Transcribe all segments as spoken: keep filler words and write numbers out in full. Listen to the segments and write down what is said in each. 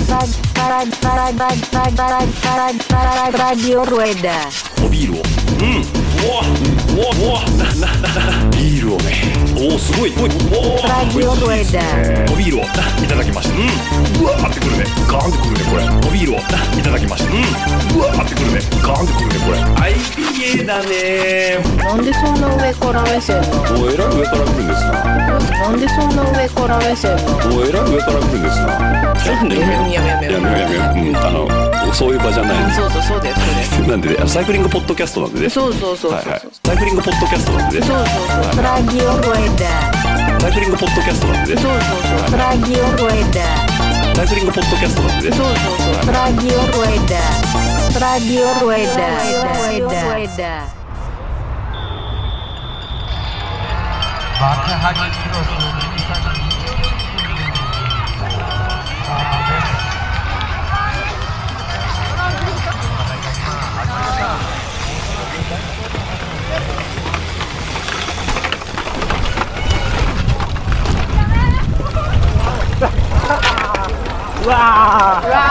Radio Rueda。 おビールを、うん、おおおおなななビールをね、おおすごい、おお Radio Rueda。 おビールをいただきました。うん、うわーってくるね、ガーンってくるねこれ。おビールをいただきました。うん、うわーってくるね、ガーンってくるねこれ。アイピーエー だね。 なんでそんな上から目線なの？ おえらい上から来るんですな。 なんでそんな上から目線なの？ おえらい上から来るんですな。ちょっとね、やめようやめようやめようやめよう、うん、あのそういう場じゃない。 そうそうそうですそうです。 なんでね、サイクリングポッドキャストなんでね。 そうそうそうそう、はいはい、 サイクリングポッドキャストなんでね。 そうそうそう、ラジオルエダ。 サイクリングポッドキャストなんでね。 そうそうそう、ラジオルエダ。 サイクリングポッドキャストなんでね。 そうそうそう、ラジオルエダ。ラジオルエダ。 幕張クロスうわーうわ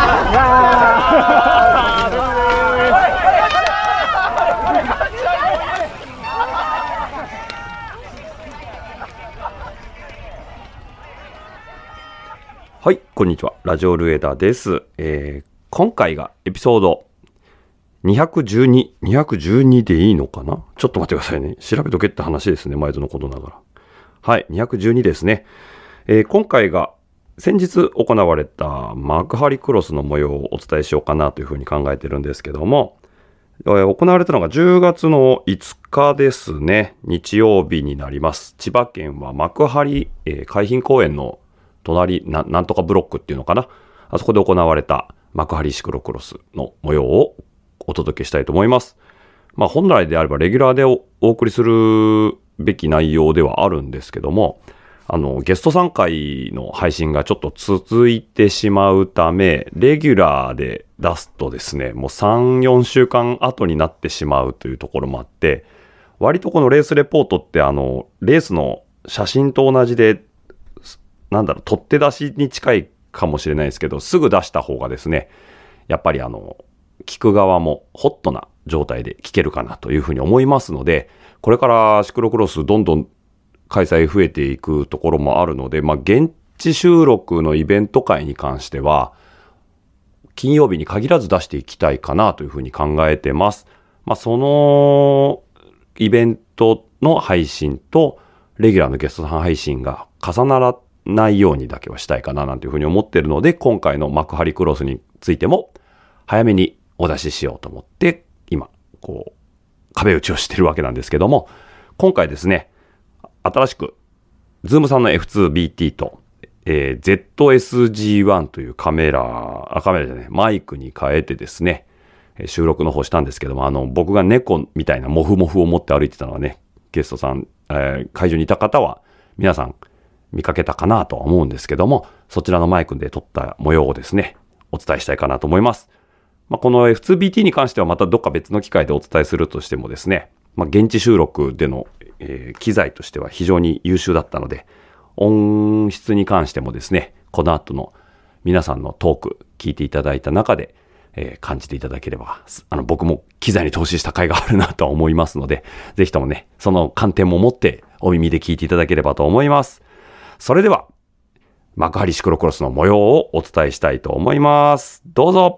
はい、こんにちは。ラジオルエダです。えー、今回がエピソードにひゃくじゅうに、にひゃくじゅうにでいいのかな？ちょっと待ってくださいね。調べとけって話ですね。毎度のことながら。はい、にひゃくじゅうにですね。えー、今回が先日行われた幕張クロスの模様をお伝えしようかなというふうに考えてるんですけども、えー、行われたのがじゅうがつのいつかですね。日曜日になります。千葉県は幕張、えー、海浜公園の隣な、なんとかブロックっていうのかな。あそこで行われた幕張シクロクロスの模様をお届けしたいと思います。まあ本来であればレギュラーで お, お送りするべき内容ではあるんですけども、あのゲスト参回の配信がちょっと続いてしまうため、レギュラーで出すとですね、もうさん、よんしゅうかん後になってしまうというところもあって、割とこのレースレポートってあのレースの写真と同じで、なんだろう、取って出しに近いかもしれないですけど、すぐ出した方がですね、やっぱりあの聞く側もホットな状態で聞けるかなというふうに思いますので、これからシクロクロスどんどん開催増えていくところもあるので、まあ現地収録のイベント会に関しては金曜日に限らず出していきたいかなというふうに考えてます。まあそのイベントの配信とレギュラーのゲストさん配信が重ならないようにだけはしたいかななんていうふうに思っているので、今回の幕張クロスについても早めにお出ししようと思って今こう壁打ちをしてるわけなんですけども、今回ですね、新しくズームさんの エフツービーティー と、えー、ゼットエスジーワン というカメラあカメラじゃないマイクに変えてですね、収録の方したんですけども、あの僕が猫みたいなモフモフを持って歩いてたのはね、ゲストさん、えー、会場にいた方は皆さん見かけたかなとは思うんですけども、そちらのマイクで撮った模様をですねお伝えしたいかなと思います。まあ、この エフツービーティー に関してはまたどっか別の機会でお伝えするとしてもですね、まあ、現地収録での、えー、機材としては非常に優秀だったので、音質に関してもですね、この後の皆さんのトーク聞いていただいた中で、えー、感じていただければ、あの僕も機材に投資した甲斐があるなとは思いますので、ぜひともねその観点も持ってお耳で聞いていただければと思います。それでは幕張シクロクロスの模様をお伝えしたいと思います。どうぞ。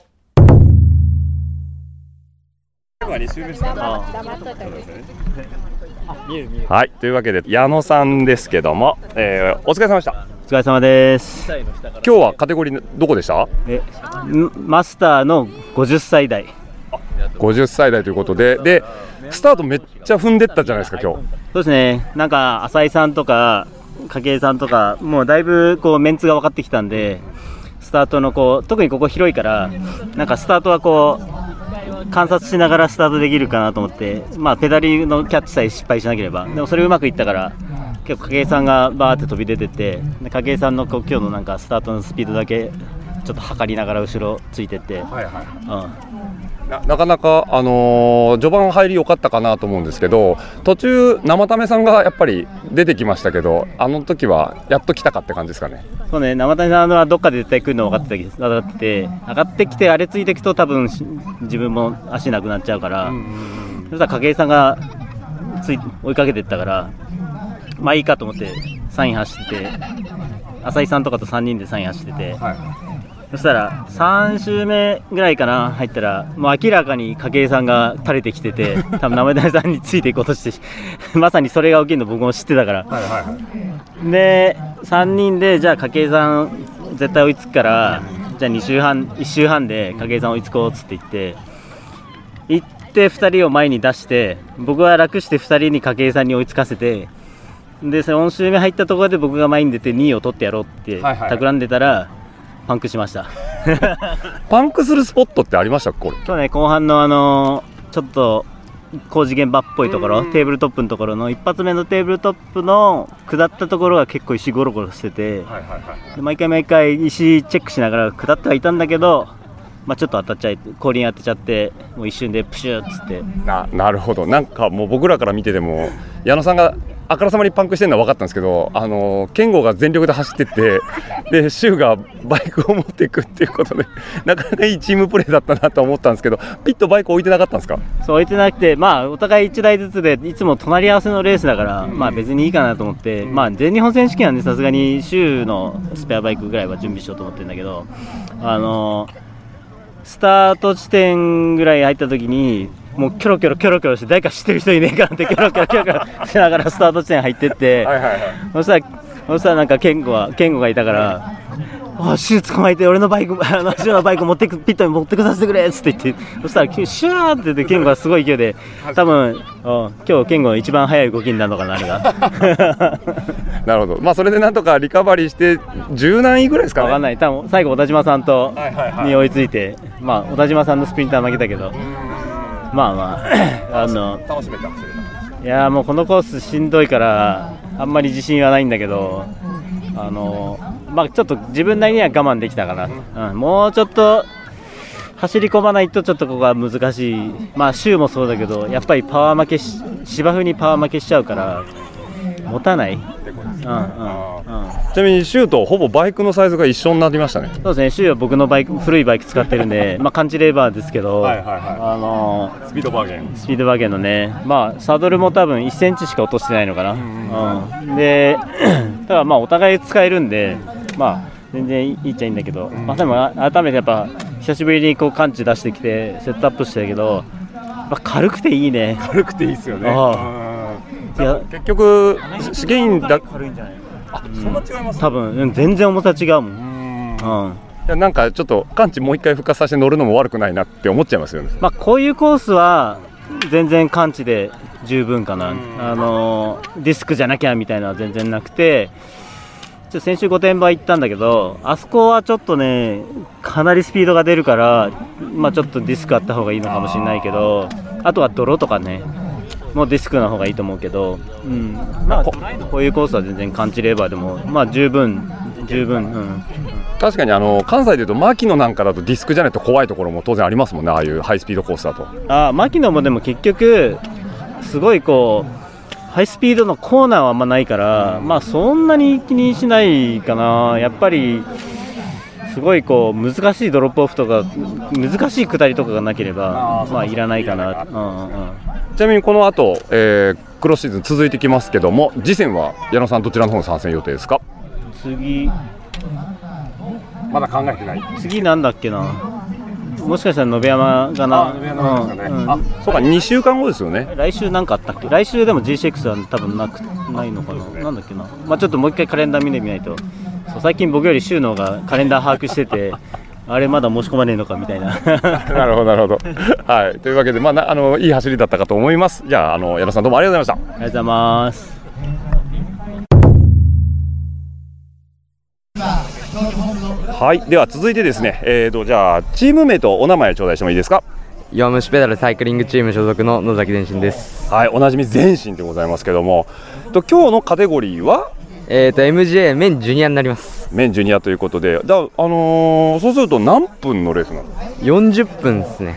はい、というわけで矢野さんですけども、えー、お疲れ様でした。 お疲れ様です。 今日はカテゴリーどこでした？ えマスターのごじゅっさい代。 ごじゅっさい代ということで、でスタートめっちゃ踏んでったじゃないですか今日。 そうですね、なんか浅井さんとか筧さんとかもうだいぶこうメンツが分かってきたんで、スタートのこう特にここ広いからなんかスタートはこう観察しながらスタートできるかなと思って、まあペダルのキャッチさえ失敗しなければ、でもそれうまくいったから結構筧さんがバーって飛び出てって筧さんのこう今日のなんかスタートのスピードだけちょっと測りながら後ろついてって、はいはい、 な, なかなか、あのー、序盤入り良かったかなと思うんですけど、途中生為さんがやっぱり出てきましたけど、あの時はやっと来たかって感じですかね。 そうね、生為さんはどっかで絶対来るの分かってたけど、分かってて上がってきてあれついていくと多分自分も足なくなっちゃうから、うんうんうん、そしたら景井さんがつい追いかけていったから、まあいいかと思ってさんい走ってて、浅井さんとかとさんにんでさんい走ってて、はい、そしたらさん周目ぐらいかな、入ったらもう明らかに景井さんが垂れてきてて、多分生為さんについていこうとしてまさにそれが起きるの僕も知ってたから、はいはいはい、でさんにんでじゃあ景井さん絶対追いつくから、じゃあに周半いち周半で景井さん追いつこうっつって言って行ってふたりを前に出して、僕は楽してふたりに景井さんに追いつかせて、でよん周目入ったところで僕が前に出てにいを取ってやろうって企んでたら、はいはい、パンクしましたパンクするスポットってありましたこれ？ 今日ね、後半のあのちょっと工事現場っぽいところ、テーブルトップのところの一発目のテーブルトップの下ったところが結構石ゴロゴロしてて、はいはいはい、で毎回毎回石チェックしながら下ってはいたんだけど、まあ、ちょっと当たっちゃい後輪当てちゃって、もう一瞬でプシューっつって。 な, なるほど。なんかもう僕らから見てても矢野さんがあからさまにパンクしてるのは分かったんですけど、あの健吾が全力で走ってってで柊がバイクを持っていくっていうことでなかなかいいチームプレーだったなと思ったんですけど、ピットバイク置いてなかったんですか？ そう置いてなくて、まあ、お互いいちだいずつでいつも隣り合わせのレースだから、まあ、別にいいかなと思って、まあ、全日本選手権はねさすがに柊のスペアバイクぐらいは準備しようと思ってるんだけど、あのスタート地点ぐらい入った時にもうキョロキョロキョロキョロして誰か知ってる人いねえかなってキョロキョロキョロキョロしながらスタート地点入ってってはいはい、はい、そしたらそしたらなんか健吾は健吾がいたからあシュー捕まえて俺のバイクあのシューのバイク持ってくピットに持ってくさせてくれっつって言って、そしたらシューって言って健吾がすごい勢いで多分今日健吾の一番速い動きになるのかなあれがなるほど。まあそれでなんとかリカバリーして十何位ぐらいですかね。 分かんない。多分最後小田島さんとに追いついて、まあ小田島さんのスプリンター負けたけど、まあまああの楽しめた走れた。 いやもうこのコースしんどいからあんまり自信はないんだけど、あのまあちょっと自分なりには我慢できたかな、うん、もうちょっと走り込まないとちょっとここは難しい。まあ週もそうだけどやっぱりパワー負けし芝生にパワー負けしちゃうから持たない。うんうんうん、 ちなみにシューとほぼバイクのサイズが一緒になりましたね。 そうですね、シューは僕のバイク古いバイク使ってるんでまあカンチレーバーですけど、はいはいはい、あのー、スピードバーゲンスピードバーゲンのね、まあサドルも多分いっセンチしか落としてないのかな、うんうん、でただまあお互い使えるんでまあ全然いいっちゃいいんだけど、うん、まあ、でも改めてやっぱ久しぶりにこうカンチ出してきてセットアップしてたけど、まあ、軽くていいね。 軽くていいですよね。あいや結局資源だ軽いんじゃない？ あ、そんな違います？ 多分全然重さ違うもん。うん、うん、 いやなんかちょっとカンチもう一回復活させて乗るのも悪くないなって思っちゃいますよね。 まあこういうコースは全然カンチで十分かな。あのディスクじゃなきゃみたいなのは全然なくて、ちょ先週御殿場行ったんだけど、あそこはちょっとねかなりスピードが出るから、まあちょっとディスクあった方がいいのかもしれないけど、あとは泥とかねもうディスクの方がいいと思うけど、うん、まあ こ, こういうコースは全然カンチレーバーでもまあ十分十分、うん、 確かにあの関西でいうと牧野なんかだとディスクじゃないと怖いところも当然ありますもんね。ああいうハイスピードコースだと。 あ牧野もでも結局すごいこうハイスピードのコーナーはあんまないから、うん、まあそんなに気にしないかな。やっぱりすごいこう難しいドロップオフとか難しい下りとかがなければまあいらないかな、うんうん、 ちなみにこの後、えー、クロスシーズン続いてきますけども、次戦は矢野さんどちらの方の参戦予定ですか？ 次まだ考えてない。 次なんだっけな、もしかしたら延山かな。 あ、延山ですかね、うんうん、あ、そうかにしゅうかんごですよね。 来週なんかあったっけ？来週でも ジーシックス は多分なくないのかな、ね、なんだっけな、まあ、ちょっともう一回カレンダー見てみないと。そう最近僕より週の方がカレンダー把握しててあれまだ申し込まねえのかみたいななるほどなるほど、はい、というわけで、まあ、あのいい走りだったかと思います。じゃあ、あの矢野さんどうもありがとうございました。 ありがとうございます。 はい、では続いてですね、えーと、じゃあチーム名とお名前頂戴してもいいですか？ 弱虫ペダルサイクリングチーム所属の野崎前進です。 はい、おなじみ前進でございますけども、と今日のカテゴリーはえーと エムジェー メンジュニアになります。 メンジュニアということで、だ、あのー、そうすると何分のレースなの？ よんじゅっぷんですね。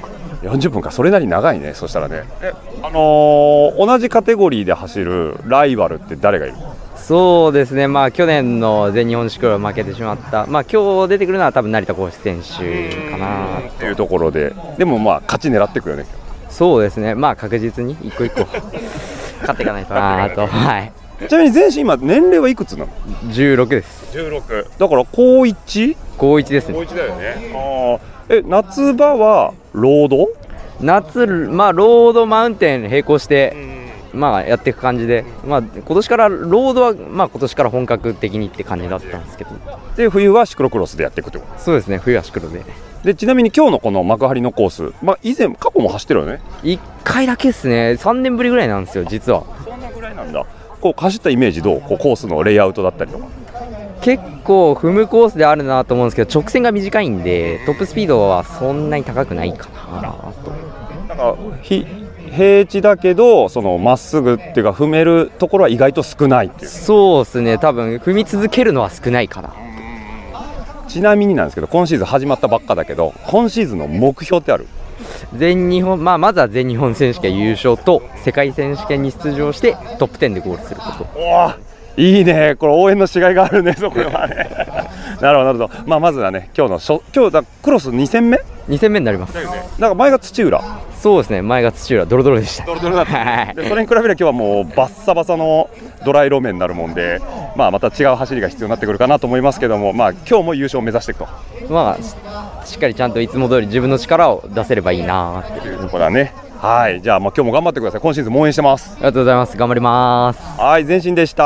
よんじゅっぷんか、それなりに長いね。そしたらね、え、あのー、同じカテゴリーで走るライバルって誰がいる？ そうですね、まあ、去年の全日本シクロ負けてしまった、まあ、今日出てくるのは多分成田浩司選手かなっていうところで、でもまあ勝ち狙っていくよね。 そうですね、まあ、確実に一個一個勝っていかないとなと、はい、 ちなみに全身今年齢はいくつなの？ じゅうろくです。 じゅうろくだから高 いち？ 高いちですね。 高いちだよね。あえ夏場はロード？ 夏、まあ、ロードマウンテン並行して、まあ、やっていく感じで、まあ、今年からロードは、まあ、今年から本格的にって感じだったんですけど、 で冬はシクロクロスでやっていくってこと？ そうですね、冬はシクロで。 でちなみに今日のこの幕張のコース、まあ、以前過去も走ってるよね。 いっかいだけですね。さんねんぶりぐらいなんですよ実は。 そんなぐらいなんだ。こう走ったイメージどう？こうコースのレイアウトだったりとか。 結構踏むコースであるなと思うんですけど、直線が短いんでトップスピードはそんなに高くないかなと。 なんかひ平地だけどそのまっすぐっていうか踏めるところは意外と少ないっていう。 そうですね、多分踏み続けるのは少ないかな。 ちなみになんですけど、今シーズン始まったばっかだけど、今シーズンの目標ってある？ 全日本、まあ、まずは全日本選手権優勝と世界選手権に出場してトップじゅうでゴールすること。 おーいいね、これ応援のしがいがあるね、そこはねなるほどなるほど、まあ、まずはね今日のしょ今日だクロスに戦目に戦目になります。 だから前が土浦。 そうですね、前が土浦ドロドロでした。 ドロドロだったでそれに比べれば今日はもうバッサバサのドライ路面になるもんで、まあ、また違う走りが必要になってくるかなと思いますけども、まあ、今日も優勝を目指していくと、 まあ、しっかりちゃんといつも通り自分の力を出せればいいなっていうところだね。はい、じゃあ、まあ今日も頑張ってください。今シーズンも応援してます。 ありがとうございます。頑張ります。 はい、前進でした。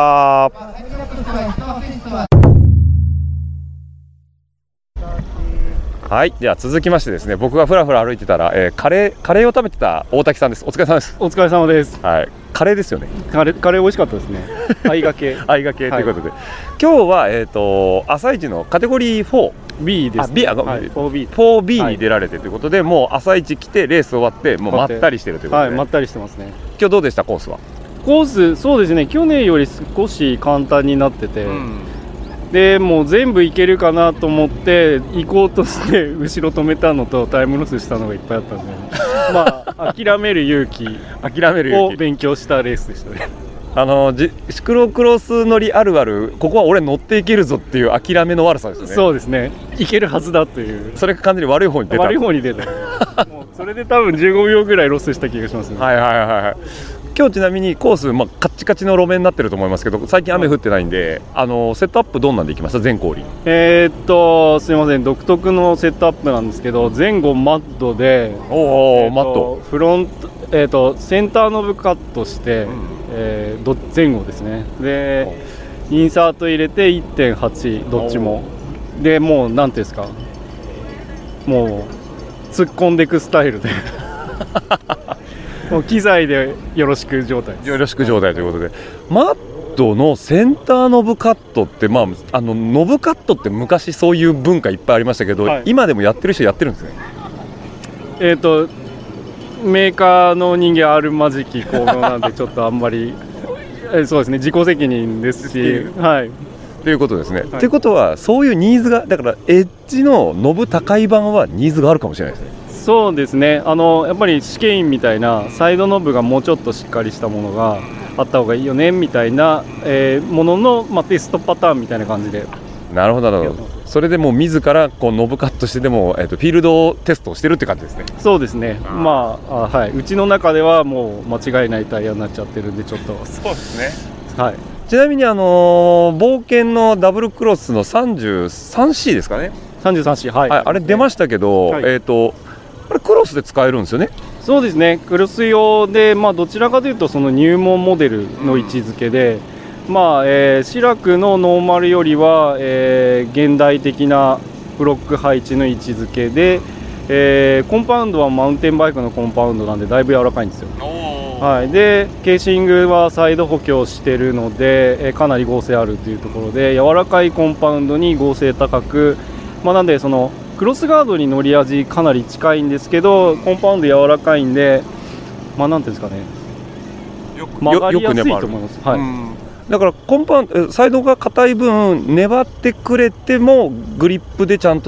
はい、では続きましてですね、僕がふらふら歩いてたら、えー、カレーカレーを食べてた大滝さんです。お疲れ様です。 お疲れ様です。 はい、カレーですよね。 カレーカレー美味しかったですね。相掛け相掛けということで、はい、今日はえっ、ー、と朝一のカテゴリー フォービー です、ね。あ、B、あ、はい、フォービー。フォービー に出られてということで、はい、もう朝一来てレース終わってもうまったりしてるということで、 はい、まったりしてますね。 今日どうでしたコースは？ コースそうですね。去年より少し簡単になってて。うん、でもう全部いけるかなと思って行こうとして後ろ止めたのとタイムロスしたのがいっぱいあったんでまあ諦める勇気諦める勇気を勉強したレースでしたね。 あのじシクロクロス乗りあるある、ここは俺乗っていけるぞっていう諦めの悪さですね。 そうですね、いけるはずだという、 それが完全に悪い方に出た。 悪い方に出たもうそれで多分じゅうごびょうぐらいロスした気がしますね。 はいはいはいはい。今日ちなみにコース、まあ、カッチカチの路面になってると思いますけど、最近雨降ってないんで、あのセットアップどんなんでいきました？全氷。 えー、っとすみません、独特のセットアップなんですけど、前後マットで、 おお、マットフロント、えー、っとセンターノブカットして、うん、えー、ど前後ですね。でインサート入れて いってんはち どっちもで、もうなんていうんですか、もう突っ込んでいくスタイルでもう機材でよろしく状態です。 よろしく状態ということで、マットのセンターノブカットって、まあ、あのノブカットって昔そういう文化いっぱいありましたけど、はい、今でもやってる人やってるんですね。 えーとメーカーの人間あるまじき工業なんでちょっとあんまりえそうですね、自己責任ですし、はい、 ということですね。と、はい、いうことはそういうニーズが、だからエッジのノブ高い版はニーズがあるかもしれないですね。 そうですね、あのやっぱり試験員みたいなサイドノブがもうちょっとしっかりしたものがあった方がいいよねみたいな、えー、ものの、まあ、テストパターンみたいな感じで。 なるほどなるほど。それでもう自らこうノブカットしてでも、えー、とフィールドテストをしてるって感じですね。 そうですね、まあ、あ、はい、うちの中ではもう間違いないタイヤになっちゃってるんでちょっと。 そうですね、 はい。 ちなみに、あのー、冒険のダブルクロスの さんじゅうさんシー ですかね。 さんじゅうさんシー、はい、 はい、あれ出ましたけど、はい、えーとあれクロスで使えるんですよね。 そうですね、クロス用で、まあ、どちらかというとその入門モデルの位置づけで、まあえー、シラクのノーマルよりは、えー、現代的なブロック配置の位置づけで、えー、コンパウンドはマウンテンバイクのコンパウンドなんでだいぶ柔らかいんですよ。はい、でケーシングはサイド補強してるので、えー、かなり剛性あるというところで柔らかいコンパウンドに剛性高く、まあ、なんでそのクロスガードに乗り味かなり近いんですけどコンパウンド柔らかいんで、まあなんていうんですかね、曲がりやすいと思います。はい、 だからコンパウンドサイドが硬い分粘ってくれてもグリップでちゃんと取っ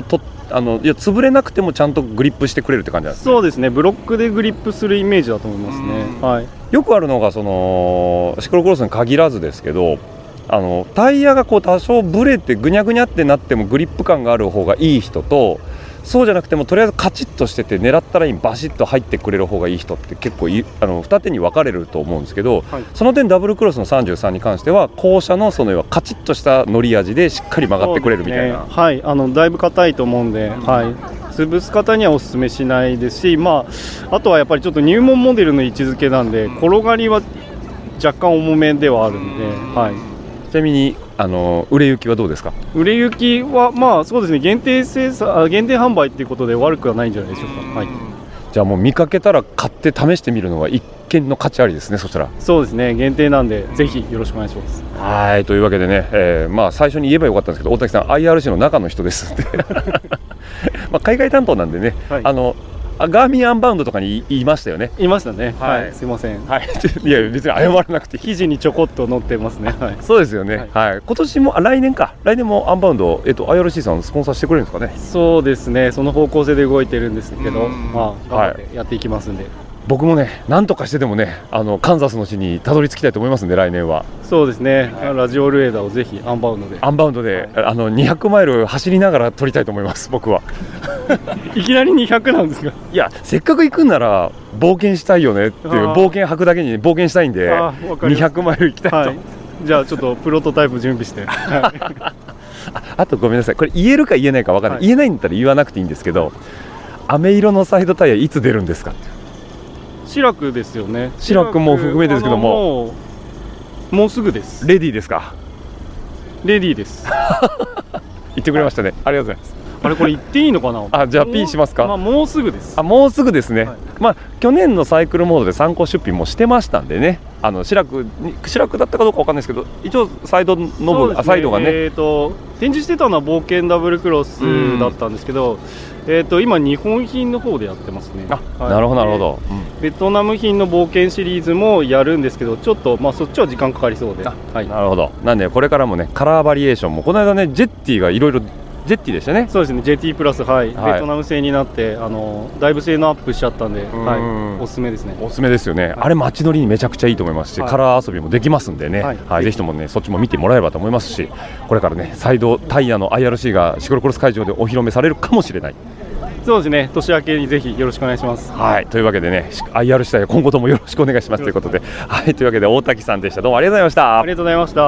あのいや潰れなくてもちゃんとグリップしてくれるって感じなんですね。 そうですね、ブロックでグリップするイメージだと思いますね。はい、 よくあるのがそのシクロクロスに限らずですけど、あのタイヤがこう多少ブレてぐにゃぐにゃってなってもグリップ感がある方がいい人と、そうじゃなくてもとりあえずカチッとしてて狙ったラインバシッと入ってくれる方がいい人って結構いあの二手に分かれると思うんですけど、はい、その点ダブルクロスのさんじゅうさんに関しては後者のその要はカチッとした乗り味でしっかり曲がってくれるみたいな、 ね、はい、あのだいぶ硬いと思うんで、うん、はい、潰す方にはお勧めしないですし、まあ、あとはやっぱりちょっと入門モデルの位置づけなんで、転がりは若干重めではあるんで、はい、 ちなみにあの売れ行きはどうですか？ 売れ行きはまあそうですね、限定生産限定販売ということで悪くはないんじゃないでしょうか。はい、 じゃあもう見かけたら買って試してみるのは一見の価値ありですね。そしたらそうですね、限定なんでぜひよろしくお願いします。 はい、というわけでね、えーまあ、最初に言えばよかったんですけど、大滝さん アイアールシー の中の人ですんでまあ海外担当なんでね、はい、あのガーミンアンバウンドとかに言いましたよね。 言いましたね。はい、はい、すいません。はい、いや別に謝らなくて記事にちょこっと載ってますね。はい、そうですよね。はい、はい、今年もあ来年か来年もアンバウンド、えっと アイアールシー さんスポンサーしてくれるんですかね。そうですね。その方向性で動いてるんですけど、まあ頑張ってやっていきますんで。はい、僕もね、なんとかしてでもね、あのカンザスの地にたどり着きたいと思いますんで、来年は。そうですね、はい、ラジオルエダをぜひアンバウンドでアンバウンドで、はい、あのにひゃくマイル走りながら撮りたいと思います、僕は。いきなりにひゃくなんですか？いや、せっかく行くんなら冒険したいよねっていう、冒険吐くだけに冒険したいんで、にひゃくマイル行きたいと、はい、じゃあちょっとプロトタイプ準備して。はい、あ, あとごめんなさい、これ言えるか言えないか分からない、はい、言えないんだったら言わなくていいんですけど、飴色のサイドタイヤいつ出るんですか？シラクですよね。シラクも含めですけども、もう、もうすぐです。レディーですか？レディーです。言ってくれましたね。ありがとうございます。あれこれ言っていいのかな？あ、じゃあ P しますか？まあ、もうすぐです。あ、もうすぐですね。はい、まあ去年のサイクルモードで参考出品もしてましたんでね。あのシラクシラクだったかどうかわかんないですけど、一応サイドノブ、ね、サイドがね。えっと展示してたのは冒険ダブルクロスだったんですけど。えー、と今日本品の方でやってますね。あ、はい、なるほどなるほど、うん、ベトナム品の冒険シリーズもやるんですけど、ちょっと、まあ、そっちは時間かかりそうで、はい、なるほど。なんでこれからもね、カラーバリエーションもこの間ね、ジェッティがいろいろジェッティでしたね。そうですね、ジェッティプラス、はいはい、ベトナム製になってあのだいぶ性能アップしちゃったんで、はい、おすすめですね。おすすめですよね、はい、あれ街乗りにめちゃくちゃいいと思いますし、はい、カラー遊びもできますんでね、はいはい、ぜひともねそっちも見てもらえればと思いますし、これからねサイドタイヤの アイアールシー がシクロクロス会場でお披露目されるかもしれない。そうですね、年明けにぜひよろしくお願いします。はい、というわけでね、アイアール 主体今後ともよろしくお願いしますということで、はい、というわけで大滝さんでした。どうもありがとうございました。ありがとうございました。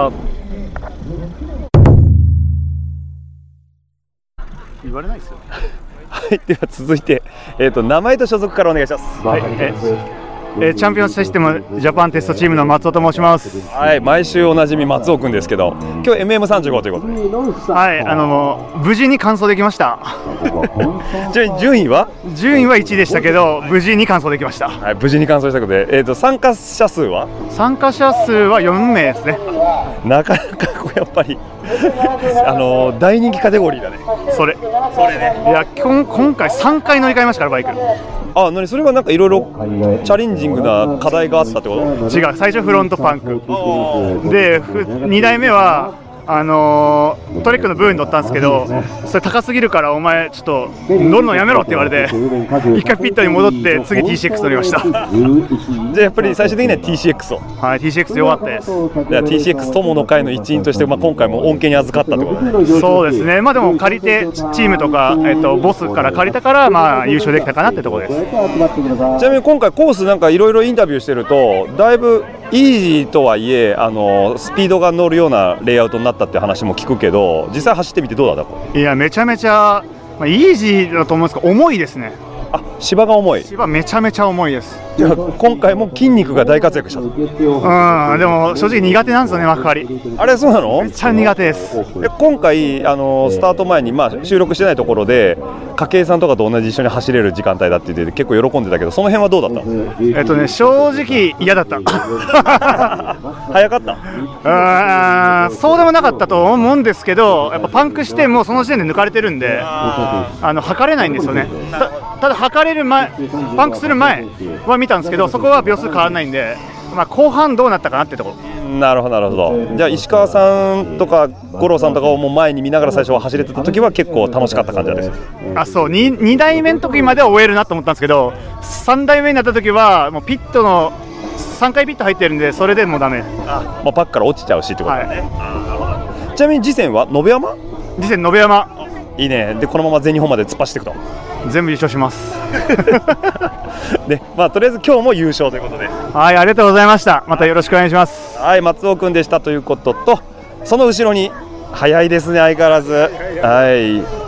言われないですよ。はい、では続いて、えーと、名前と所属からお願いします。はい、ええー、チャンピオンシステムジャパンテストチームの松尾と申します。はい、毎週おなじみ松尾くんですけど、今日 エムエムさんじゅうご ということで、はい、あの無事に完走できました。ちなみに順位は順位はいちいでしたけど、無事に完走できました。はい、無事に完走したことで、えーと、参加者数は参加者数はよんめいですね。なかなかこうやっぱりあの大人気カテゴリーだね。それそれね、いや今今回さんかい乗り換えましたから、バイク。あ、何それはなんかいろいろチャレンジングな課題があったってこと？違う、最初フロントパンクで、にだいめはあのー、トレックのブーに乗ったんですけど、それ高すぎるからお前ちょっと乗るのやめろって言われて、一回ピットに戻って次 ティーシーエックス 乗りました。じゃあやっぱり最終的には ティーシーエックス を。はい、 ティーシーエックス 良かったです。じゃあ ティーシーエックス 友の会の一員として、まあ、今回も恩恵に預かったってことね。そうですね、まあでも借りてチームとか、えっと、ボスから借りたからまあ優勝できたかなってところです。ちなみに今回コースなんかいろいろインタビューしてると、だいぶイージーとはいえあのスピードが乗るようなレイアウトになったって話も聞くけど、実際走ってみてどうだった？いや、めちゃめちゃ、まあ、イージーだと思うんですけど重いですね。あ、芝が重い。芝めちゃめちゃ重いです。じゃあ今回も筋肉が大活躍した。うん、でも正直苦手なんですよね、幕張。あれ、そうなの？めっちゃ苦手です。で今回あのスタート前に、まあ、収録してないところで筧さんとかと同じ一緒に走れる時間帯だって言って結構喜んでたけど、その辺はどうだったの？えっとね、正直嫌だった。早かった？うん、そうでもなかったと思うんですけど、やっぱパンクしてもうその時点で抜かれてるんで、あの測れないんですよね。た, ただ測れる前、パンクする前は見たんですけど、そこは秒数変わらないんで、 まあ、後半どうなったかなってところ。 なるほどなるほど。じゃあ石川さんとか五郎さんとかをもう前に見ながら最初は走れてた時は結構楽しかった感じです。 あ、そう 2, に代目の時までは終えるなと思ったんですけど、さん代目になった時はもうピットのさんかいピット入ってるんで、それでもうダメ。 あ、まあ、パックから落ちちゃうしってことだね、はい、ちなみに次戦は延山次戦延山いいね。でこのまま全日本まで突っ走っていくと全部優勝しますで、まあ、とりあえず今日も優勝ということで、 はい、ありがとうございました。またよろしくお願いします。 はい、松尾くんでしたということと、その後ろに早いですね相変わらず。はい、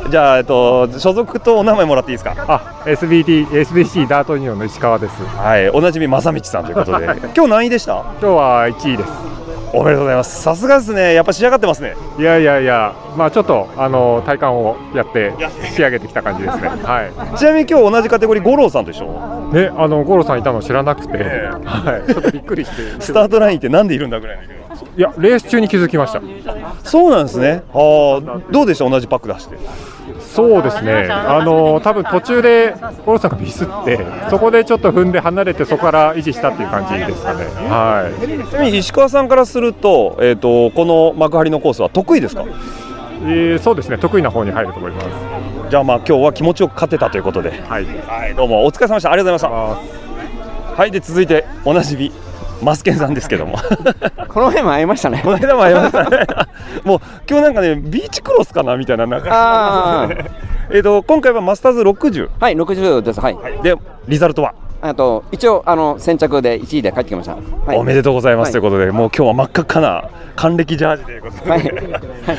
じゃあ、えっと、所属とお名前もらっていいですか。 あ、エスビーティー、エスビーシー ダートユニオンの石川です。 はい、おなじみ正道さんということで今日何位でした？ 今日はいちいです。 おめでとうございます。さすがですね。やっぱ仕上がってますね。 いやいやいや、まあちょっとあの体幹をやって仕上げてきた感じですね。はい。 ちなみに今日同じカテゴリー五郎さんと一緒。 ね、あの五郎さんいたの知らなくて、えー、はい、ちょっとびっくりして。 スタートラインってなんでいるんだぐらいの。 いや、レース中に気づきました。 そうなんですね。ああ、どうでした？同じパック出して。 そうですね、あの多分途中で五郎さんがミスって、そこでちょっと踏んで離れて、そこから維持したっていう感じですかね。はい。 ちなみに石川さんからすると、えーと、この幕張のコースは得意ですか？ えー、そうですね、得意な方に入ると思います。 じゃあ、まあ今日は気持ちよく勝てたということで、はい、はい、どうもお疲れ様でした。ありがとうございました。はい、で続いておなじみマスケンさんですけどもこの辺も会いましたね。 この間も会いましたねもう今日なんかねビーチクロスかなみたいな、なんかあえっと今回はマスターズろくじゅう。 はい、ろくじゅうです。はい、はい、 でリザルトはあと一応あの先着でいちいで帰ってきました、はい、 おめでとうございます、はい、ということで、もう今日は真っ赤っかな還暦ジャージということで、はいはい、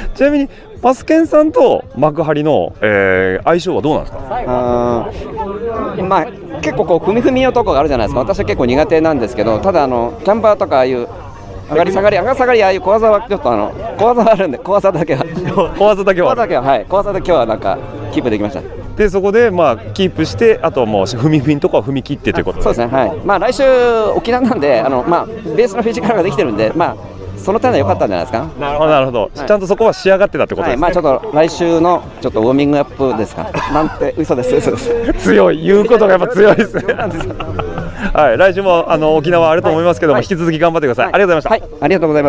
ちなみにマスケンさんと幕張の、えー、相性はどうなんですか？ あまあ結構こう踏み踏みのとこがあるじゃないですか。私は結構苦手なんですけど、ただあのキャンパーとかああいう上がり下がり上がり下がりああいう小技はちょっとあの小技はあるんで、小技だけは小技だけは小技だけははい小技だけはなんかキープできました。 でそこでまあキープして、あとはもう踏み踏みのとこは踏み切ってということで、 そうですね。はい。まあ来週沖縄なんで、あのまあベースのフィジカルができてるんで、まあその点は良かったんじゃないですか。 なるほどなるほど、はい、ちゃんとそこは仕上がってたってことですね。 はい、まあちょっと来週のちょっとウォーミングアップですか。なんて嘘です嘘です強い、言うことがやっぱ強いですねはい、来週もあの沖縄あると思いますけども、はい、引き続き頑張ってください、はい、ありがとうございました。 はい、ありがとうございます。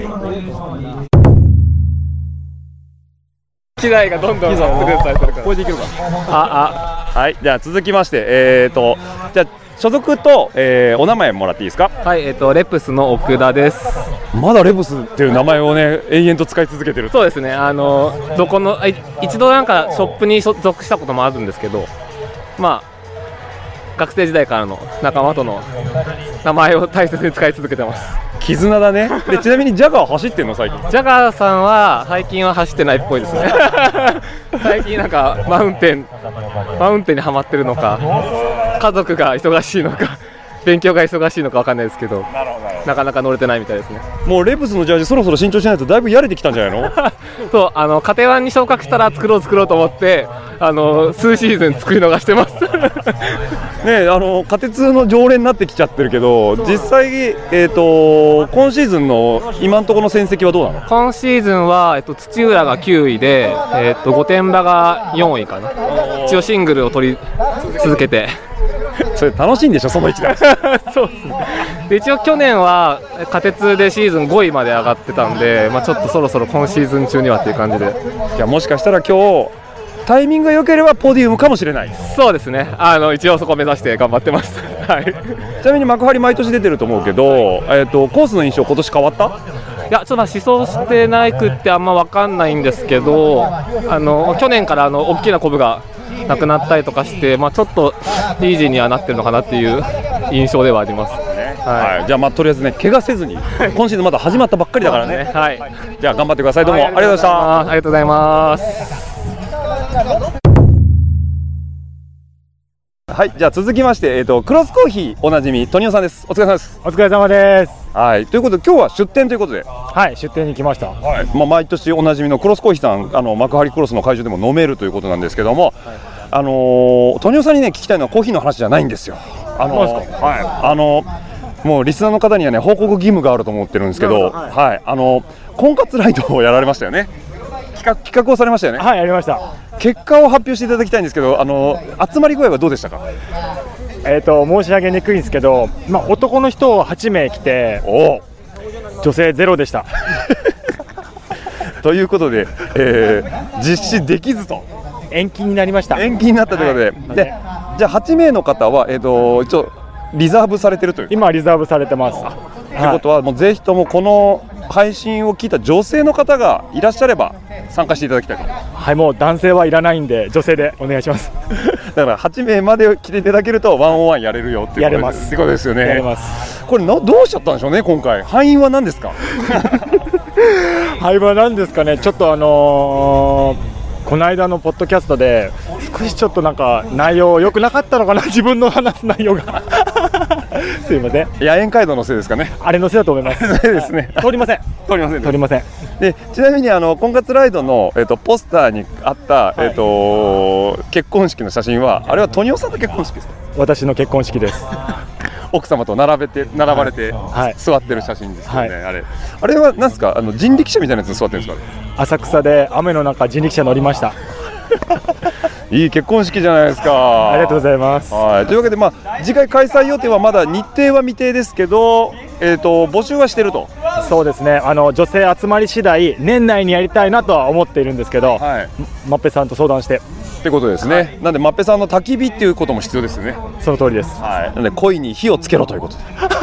機材がどんどんアップデートされてるから、これでいけるか。 ああ、はい、じゃあ続きまして、えーとじゃあ所属と、えー、お名前もらっていいですか？ はい、えーとレプスの奥田です。 まだレプスっていう名前をね延々と使い続けてる。 そうですね、あのどこの一度なんかショップに属したこともあるんですけど、まあ学生時代からの仲間との名前を大切に使い続けてます。 絆だね。でちなみにジャガー走ってんの最近？ ジャガーさんは最近は走ってないっぽいですね最近なんかマウンテンマウンテンにはまってるのか、家族が忙しいのか勉強が忙しいのか分かんないですけど、なかなか乗れてないみたいですね。 もうレプスのジャージそろそろ新調しないとだいぶやれてきたんじゃないのそう、あの家庭湾に昇格したら作ろう作ろうと思ってあの数シーズン作り逃してますね、あのカテツの常連になってきちゃってるけど、実際、えー、と今シーズンの今のところの戦績はどうなの？ 今シーズンは、えっと、土浦がきゅういで、えっと、御殿場がよんいかな。一応シングルを取り続けてそれ楽しいんでしょその一打そうですね。で一応去年はカテツでシーズンごいまで上がってたんで、まあ、ちょっとそろそろ今シーズン中にはっていう感じで、 いやもしかしたら今日タイミングが良ければポディウムかもしれない。 そうですね、あの一応そこを目指して頑張ってますはい、 ちなみに幕張毎年出てると思うけど、えー、とコースの印象今年変わった？ いやちょっと思想してなくってあんま分かんないんですけど、あの去年からあの大きなコブがなくなったりとかして、まあ、ちょっとイージーにはなってるのかなっていう印象ではあります、 はいはい、じゃあ、まあ、とりあえずね怪我せずに今シーズンまだ始まったばっかりだからね、はい、じゃあ頑張ってください。どうもありがとうございました。 ありがとうございます。 はい、じゃあ続きまして、えー、とクロスコーヒーおなじみトニオさんです。お疲れ様です。 お疲れ様です。 はい、ということで今日は出店ということで、 はい、出店に来ました。 はい、まあ、毎年おなじみのクロスコーヒーさん、あの幕張クロスの会場でも飲めるということなんですけども、はい、あのー、トニオさんにね聞きたいのはコーヒーの話じゃないんですよ。あのー、そうですか。はい、あのー、もうリスナーの方にはね報告義務があると思ってるんですけど、はい、はい、あのー、婚活ライトをやられましたよね。企画、企画をされましたよね。 はい、やりました。 結果を発表していただきたいんですけど、あのー、集まり具合はどうでしたか？ えー、と申し上げにくいんですけど、まあ、男の人はちめい来て女性ゼロでしたということで、えー、実施できずと延期になりました。 延期になったということで、はい、でじゃあはちめいの方は、えー、と一応リザーブされてるという今リザーブされてます。 ということは、もうぜひともこの配信を聞いた女性の方がいらっしゃれば参加していただきたいと。 はい、もう男性はいらないんで女性でお願いしますだからはちめいまで来ていただけるとワンオンワンやれるよっていうことでやれますってことですよね。 やれます。 これのどうしちゃったんでしょうね今回。敗因は何ですか敗因は何ですかね。ちょっとあのーこの間のポッドキャストで少しちょっとなんか内容良くなかったのかな自分の話す内容がすいません。 野猿街道のせいですかね。 あれのせいだと思いますそうですね、 はい、通りません通りません通りません。 でちなみにあの婚活ライドの、えー、とポスターにあった、はいえー、と結婚式の写真はあれはトニオさんの結婚式ですか。 私の結婚式です奥様と並べて並ばれて、はい、座ってる写真ですよね、はい、あれあれは何ですか。あの人力車みたいなやつに座ってるんですか。 浅草で雨の中人力車乗りましたいい結婚式じゃないですか。 ありがとうございます。 はいというわけで、まあ、次回開催予定はまだ日程は未定ですけど、えー、と募集はしてると。 そうですね。あの女性集まり次第年内にやりたいなとは思っているんですけど、はい、マッペさんと相談してってことですね、はい、なんでマッペさんの焚き火っていうことも必要ですよね。 その通りです、 はい、なんで恋に火をつけろということで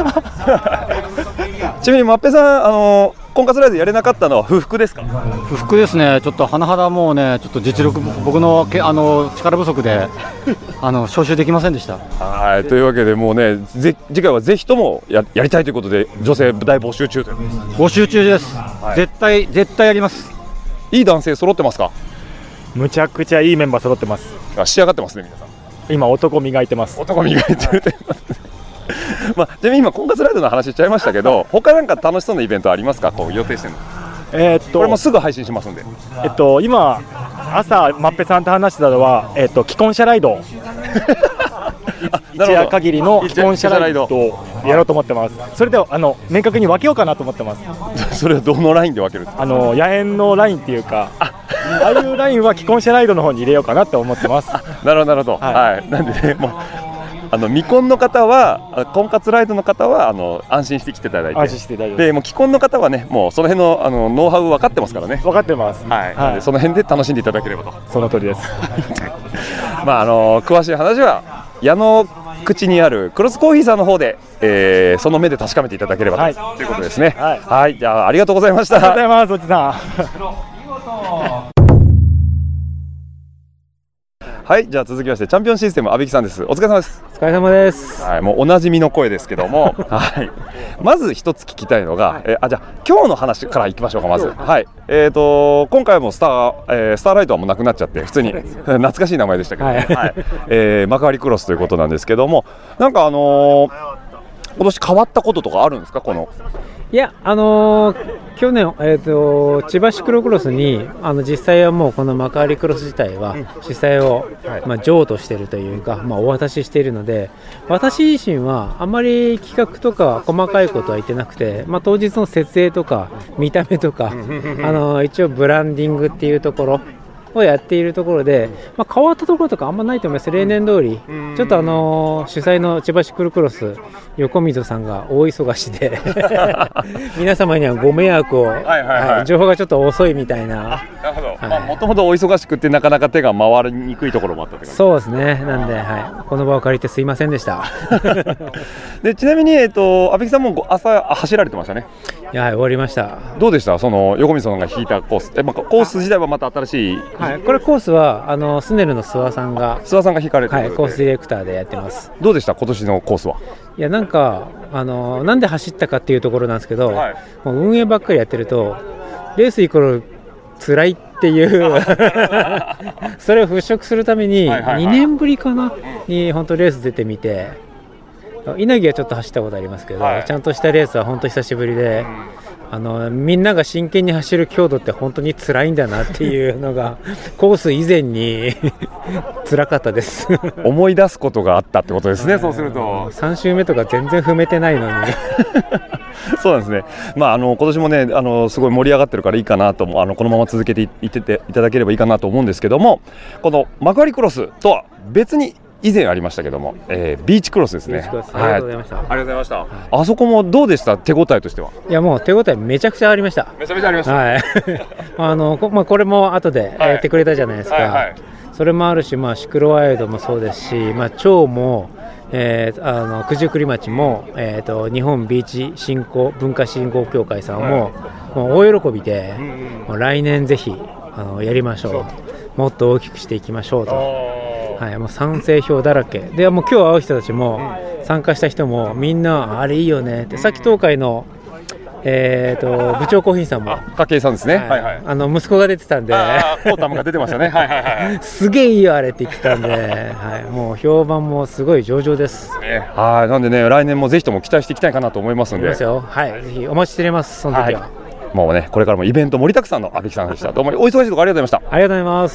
ちなみにマッペさん、あの婚活ライドやれなかったのは不服ですか。 不服ですね。ちょっと甚だもうね、ちょっと実力僕のけあの力不足であの招集できませんでした。 はいというわけでもうねぜ次回はぜひとも や, やりたいということで女性大募集中という募集中です、はい、絶対絶対やります。 いい男性揃ってますか。 むちゃくちゃいいメンバー揃ってます。 あ仕上がってますね皆さん。 今男磨いてます。 男磨いてるというまあ、ちなみに今婚活ライドの話しちゃいましたけど他なんか楽しそうなイベントありますか。こう予定してるの。 えー、っとこれもすぐ配信しますんで、 えっと今朝マッペさんと話してたのは、えー、っと既婚者ライド一夜限りの既婚者ライドをやろうと思ってます。それであの明確に分けようかなと思ってますそれはどのラインで分ける。 あの野猿のラインっていうかああいうラインは既婚者ライドの方に入れようかなと思ってますなるほどなるほど、はいはい、なんでねもうあの未婚の方は婚活ライドの方はあの安心して来ていただいて、 安心して大丈夫です。 でもう既婚の方はねもうその辺のあのノウハウ分かってますからね。 分かってます、 はいはい、その辺で楽しんでいただければと。 その通りですまああの詳しい話は矢の口にあるクロスコーヒーさんの方で、えー、その目で確かめていただければと、はい、ということですね。はい、はい、じゃあありがとうございました。 ありがとうございますおじさんはい、じゃあ続きましてチャンピオンシステム阿部木さんです。お疲れ様です。 お疲れ様です。 はい、もうおなじみの声ですけども、はい、まず一つ聞きたいのが、はい、えあじゃあ今日の話からいきましょうか。まず、はい、えーと今回もスター、えー、スターライトはもうなくなっちゃって普通に懐かしい名前でしたけど、ねはいはいえー、幕張クロスということなんですけども、なんかあのー、今年変わったこととかあるんですか。このいや、あのー、去年、えー、と千葉シクロクロスにあの実際はもうこの幕張クロス自体は主催を、はいまあ、譲渡しているというか、まあ、お渡ししているので、私自身はあまり企画とか細かいことは言ってなくて、まあ、当日の設営とか見た目とかあの一応ブランディングっていうところをやっているところで、まあ、変わったところとかあんまないと思います。例年通りちょっとあのー、主催の千葉シクロクロス横溝さんが大忙しで皆様にはご迷惑を、はいはいはいはい、情報がちょっと遅いみたいな。 なるほど、はいまあ、もともとお忙しくてなかなか手が回りにくいところもあったって感じ。 そうですね。なんで、はい、この場を借りてすいませんでしたでちなみに、えーと、阿部木さんも朝走られてましたね。 いや、はい、終わりました。 どうでしたその横溝さんが引いたコース。え、まあ、コース自体はまた新しい、 はい、これコースはあのスネルの諏訪さんが諏訪さんが引かれてる、 はい、コースディレクターでやってます。 どうでした今年のコースは。 いや、なんかあのなんで走ったかっていうところなんですけど、はい、もう運営ばっかりやってるとレースイコール辛いっていうそれを払拭するためににねんぶりかなに本当レース出てみて、稲城はちょっと走ったことありますけど、はい、ちゃんとしたレースは本当久しぶりで、あのみんなが真剣に走る強度って本当に辛いんだなっていうのがコース以前に辛かったです思い出すことがあったってことですね。そうするとさん周目とか全然踏めてないのにそうなんですね。まあ、あの今年もねあのすごい盛り上がってるからいいかなとあのこのまま続けていってていただければいいかなと思うんですけども、この幕張クロスとは別に以前ありましたけども、えー、ビーチクロスですね。 ビーチクロス、ありがとうございました。 はい、ありがとうございました。はい、あそこもどうでした、手応えとしては。 いやもう手応えめちゃくちゃありました。 めちゃめちゃありました。 はい。あのこまあこれも後でやってくれたじゃないですか。はいはいはい、それもあるし、まあシクロワイルドもそうですし、まあ蝶も。えー、あの九十九里町も、えー、と日本ビーチ振興文化振興協会さんも、はい、もう大喜びで、うんうん、もう来年ぜひあのやりましょう、もっと大きくしていきましょうと、はい、もう賛成票だらけで、もう今日会う人たちも、うん、参加した人もみんなあれいいよねって、さっき東海のえー、と部長コーヒーさんも筧さんですね、 はいはいはい、あの息子が出てたんで、 コータムが出てましたねはいはい、はい、 すげえいいよあれって言ってたんで、はい、もう評判もすごい上々です、 ね、はい、なんでね来年もぜひとも期待していきたいかなと思いますので、 ますよ、はい、ぜひお待ちしております。その時は、はい、 もうねこれからもイベント盛りだくさんの阿部さんでした。どうもお忙しいところありがとうございました。 ありがとうございます。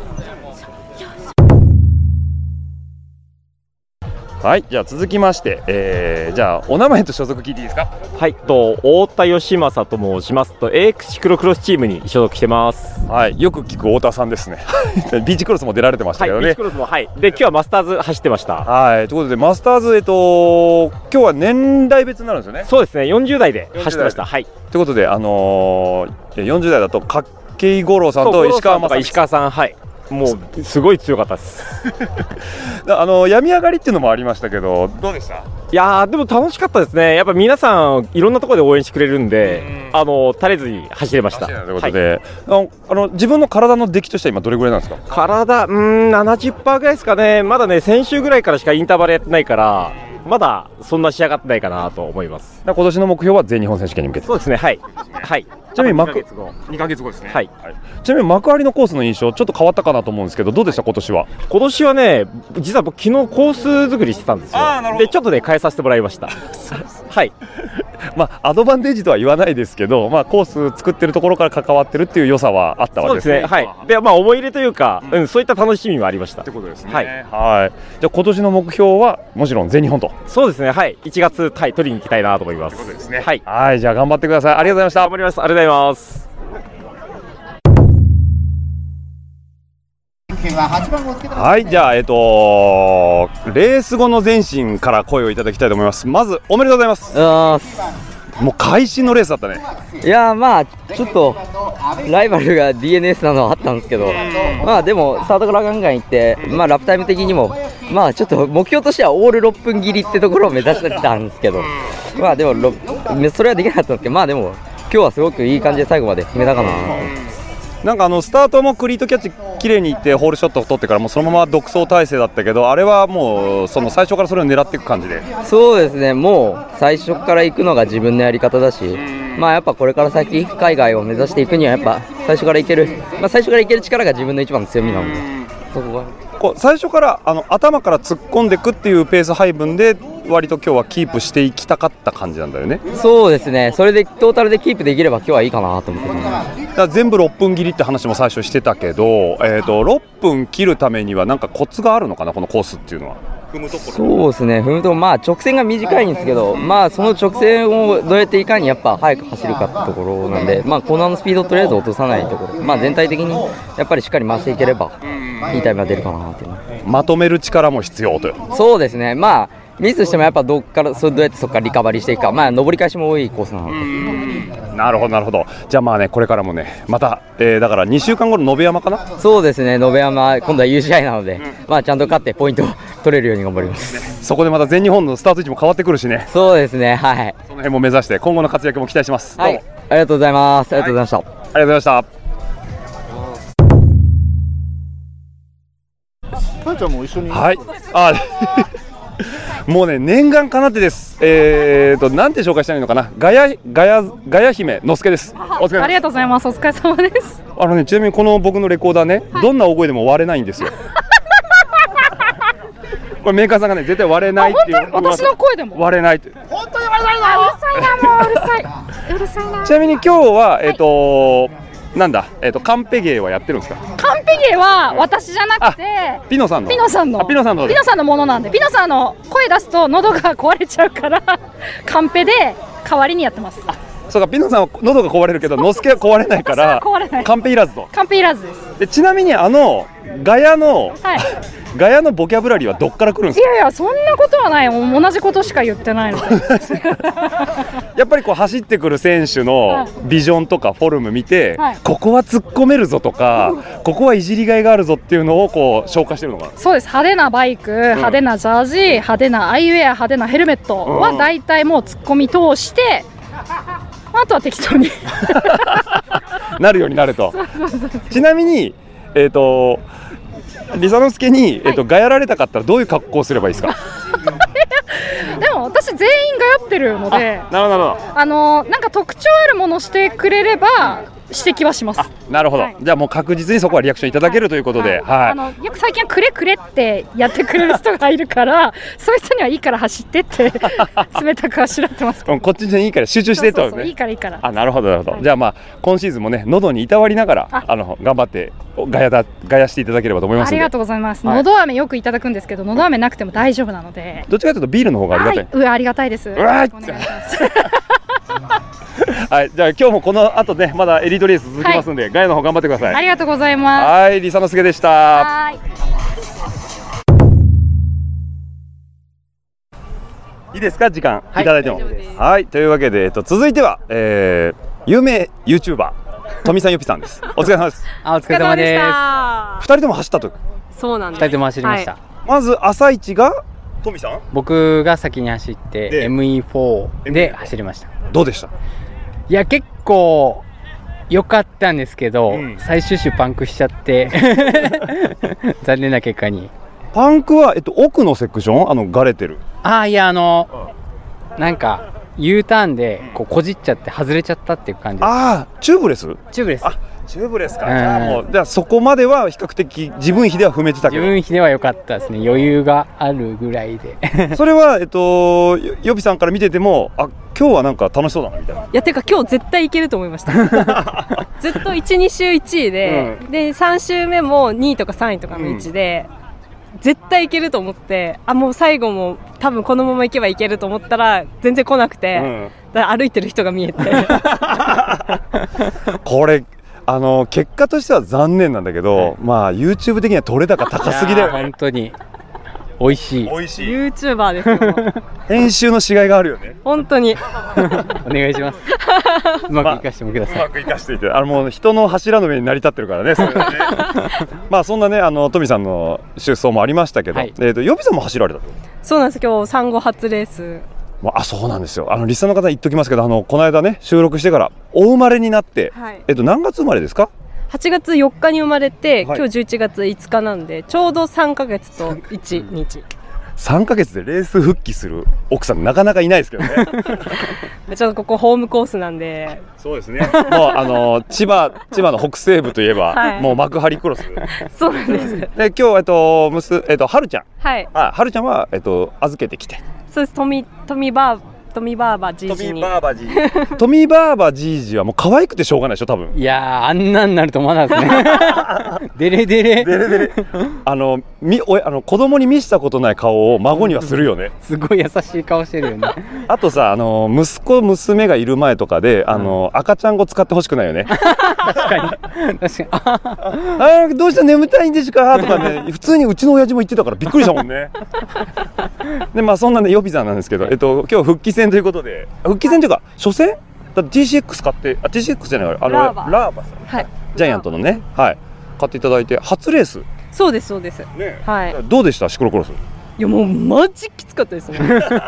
はい、じゃあ続きまして、えー、じゃあお名前と所属聞いていいですか。 はい、と太田義正と申しますと エーエックス シクロクロスチームに所属してます。 はい、よく聞く太田さんですねビーチクロスも出られてましたけどね。 はい、ビーチクロスも、はい、で今日はマスターズ走ってました。 はい、ということでマスターズ、えっと今日は年代別になるんですよね。 そうですね、よんじゅう代で走ってました。はい、 ということで、あのー、よんじゅう代だと筧五郎さんと石川正石川さん、はい、もうすごい強かったですあの病み上がりっていうのもありましたけど、どうでした？ いやーでも楽しかったですね。やっぱ皆さんいろんなところで応援してくれるんで、んあの垂れずに走れました。ということで、はい、あの自分の体の出来としては今どれぐらいなんですか？ 体うーん ななじゅっパーセント ぐらいですかね。まだね先週ぐらいからしかインターバルやってないからまだそんな仕上がってないかなと思います。 今年の目標は全日本選手権に向けて。 そうですね、はい、はい、 ちなみに幕にかげつごですね。 はい、はい、ちなみに幕張のコースの印象ちょっと変わったかなと思うんですけど、どうでした今年は？ 今年はね実は僕昨日コース作りしてたんですよ。でちょっとね変えさせてもらいましたはいまあアドバンテージとは言わないですけど、まあコース作ってるところから関わってるっていう良さはあったわけですね。 そうですね、はい、でまあ思い入れというか、うんうん、そういった楽しみもありましたってことですね。はい、はい、じゃあ今年の目標はもちろん全日本と。 そうですね、はい、いちがつタイ取りに行きたいなと思います。 ということですね。はい、はい、じゃあ頑張ってください。ありがとうございました。 頑張ります。ありがとうございます。 はい、じゃあ、えっと、レース後の前進から声をいただきたいと思います。まずおめでとうございます。もう会心のレースだったね。 いやまあちょっとライバルが ディーエヌエス なのはあったんですけど、まあでもスタートからガンガンいって、まあラップタイム的にもまあちょっと目標としてはオールろっぷん切りってところを目指してたんですけど、まあでもそれはできなかったんですけど、まあでも今日はすごくいい感じで最後まで決めたかなと思います。 なんかあのスタートもクリートキャッチ綺麗にいってホールショットを取ってからもうそのまま独走体制だったけど、あれはもうその最初からそれを狙っていく感じで。 そうですね、もう最初から行くのが自分のやり方だし、まあやっぱこれから先海外を目指していくにはやっぱ最初から行ける、まあ、最初から行ける力が自分の一番の強みなので、そこはこう最初からあの頭から突っ込んでいくっていうペース配分で割と今日はキープしていきたかった感じなんだよね。 そうですね、それでトータルでキープできれば今日はいいかなと思ってます。 だから全部ろっぷん切りって話も最初してたけど、えー、とろっぷん切るためにはなんかコツがあるのかな、このコースっていうのは。踏むところそうですね、踏むところ、まあ直線が短いんですけど、まあその直線をどうやっていかにやっぱ速く走るかってところなんで、まあコーナーのスピードをとりあえず落とさないところ、まあ全体的にやっぱりしっかり回していければいいタイムが出るかなっていうの。 まとめる力も必要という。 そうですね、まあミスしてもやっぱどっからそれどうやってそこからリカバリーしていくか、まあ上り返しも多いコースなので。 なるほどなるほど。じゃあまあねこれからもねまた、えー、だからにしゅうかんごの延山かな。 そうですね、延山今度は ユーシーアイ なので、うん、まあちゃんと勝ってポイントを取れるように頑張ります、 ね、そこでまた全日本のスタート位置も変わってくるしね。 そうですね、はい、 その辺も目指して今後の活躍も期待します。 はい、 どうもありがとうございます。ありがとうございました、 はい、ありがとうございました。 かえちゃんも一緒に。 はい、あもうね念願かなってです。えーとなんて紹介したらいいのかな。ガヤガヤガヤ姫のすけです。 お疲れ。ありがとうございます。お疲れ様です。 あのねちなみにこの僕のレコーダーね、はい、どんな大声でも割れないんですよこれメーカーさんがね絶対割れないっていう。 私の声でも割れないって。 本当に割れないな。うるさいな、もううるさい。うるさいな。 ちなみに今日はえっ、ー、と、はい、なんだ、えーと、カンペ芸はやってるんですか？ カンペ芸は私じゃなくてピノさんのピノさんのピノさんのピノさんのものなんで、ピノさんの声出すと喉が壊れちゃうからカンペで代わりにやってます。 そうか、ピノさんは喉が壊れるけどノスケは壊れないからカンペいらずと。 カンペいらずです。 でちなみにあのガヤの、 はいガヤのボキャブラリーはどっから来るんですか？ いやいやそんなことはないよ、同じことしか言ってないのでやっぱりこう走ってくる選手のビジョンとかフォルム見て、 はい、 ここは突っ込めるぞとか、ここはいじりがいがあるぞっていうのをこう消化してるのかな。 そうです、派手なバイク、派手なジャージ、派手なアイウェア、派手なヘルメットはだいたいもう突っ込み通してあとは適当になるようになると。ちなみに、えーと、リサノスケに、えーとはい、ガヤられたかったらどういう格好をすればいいですか？ でも私全員ガヤってるので、 なるほどなるほど、 あのなんか特徴あるものをしてくれれば指摘はします。 なるほど、はい、じゃあもう確実にそこはリアクションいただけるということで、はいはい、 あのよく最近はくれくれってやってくれる人がいるからそういう人にはいいから走ってって冷たくあしらってます。 こっちにいいから集中してと、ね、 そうそうそういいからいいから。 あ、なるほどなるほど、 はい、 じゃあまあ今シーズンもね喉にいたわりながら あ, あの頑張ってガヤだガヤしていただければと思いますので。 ありがとうございます、 はい、 喉飴よくいただくんですけど喉飴なくても大丈夫なので、 どっちかというとビールの方がありがたい。 はい、うわありがたいです。 うわはい、じゃあ今日もこの後ねまだエリートレース続きますんで、はい、ガヤの方頑張ってください。 ありがとうございます。 はい、リサノスケでした。 はい、 いいですか、時間はいいただいても。はい、というわけで、えっと、続いては、えー、有名 ユーチューバー 富さんよぴさんです。お疲れ様です。 あ、お疲れ様です。 ふたりとも走ったと。 そうなんです。ふたりとも走りました。はい、 まず朝一が富さん、 僕が先に走って エムイーフォー で走りました。 どうでした？ いや結構良かったんですけど、うん、最終週パンクしちゃって残念な結果に。 パンクは、えっと、奥のセクション、あのガレてる。 ああ、いやあの、うん、なんか U ターンでこうこじっちゃって外れちゃったっていう感じです。 ああ、チューブレス？ チューブレス。 あ、チューブレスか。じゃあもう、じゃあそこまでは比較的自分比では踏めてたけど。 自分比では良かったですね。余裕があるぐらいで。 それはえっとヨピさんから見てても、あ、今日はなんか楽しそうだなみたいな。いや、てか今日絶対いけると思いましたずっといち、に週いちいで、うん、でさん週目もにいとかさんいとかの位置で、うん、絶対いけると思って、あ、もう最後も多分このままいけばいけると思ったら全然来なくて、うん、だから歩いてる人が見えてこれあの結果としては残念なんだけど、うん、まあ YouTube 的には取れ高高すぎだよね。 本当に美味しい。 美味しい。 ユーチューバーですよ。 編集のしがいがあるよね。 本当に。 お願いします。うまくいかしてもください。 まあ、うまくいかしていて、あのもう人の柱の上に成り立ってるからね。それはねまあそんなね、あの富さんの出走もありましたけど、はい、えっとヨピさんも走られたと。 そうなんです。今日産後初レース。 あ、そうなんですよ。あのリスナーの方言っときますけど、あのこの間ね収録してからお生まれになって、はい、えっと何月生まれですか？ はちがつよっかに生まれて、はい、今日じゅういちがついつかなんでちょうどさんかげつといちにち。 さんかげつでレース復帰する奥さんなかなかいないですけどねちょっとここホームコースなんで。 そうですね。もうあの千葉千葉の北西部といえば、はい、もう幕張クロス。 そうなんです。 で今日えっとむすえっとはるちゃん。 はい。 あ、はるちゃんはえっと預けてきて。 そうです。富富バー富バーバじいじに。 富バーバじいじ。富バーバじいじはもう可愛くてしょうがないでしょ多分。 いやー、あんなんになると思わなかったですね。デレデレ。 デレデレ。あのみおあの子供に見せたことない顔を孫にはするよね。 すごい優しい顔してるよね。 あとさ、あの息子娘がいる前とかで、あの、うん、赤ちゃん語使ってほしくないよね。 確かに。確かに。ああ、どうした眠たいんですかとかね、普通にうちの親父も言ってたからびっくりしたもんね。でまあそんなねヨピさんなんですけど、えっと今日復帰戦ということで、復帰戦というか初戦だ ティーシーエックス 買って、あ ティーシーエックス じゃない、あのラーバラーバさん、 はい、 ジャイアントのね、はい、買っていただいて初レース。 そうですそうです。ね、はい。 どうでしたシクロクロス？ いやもうマジきつかったですね。こん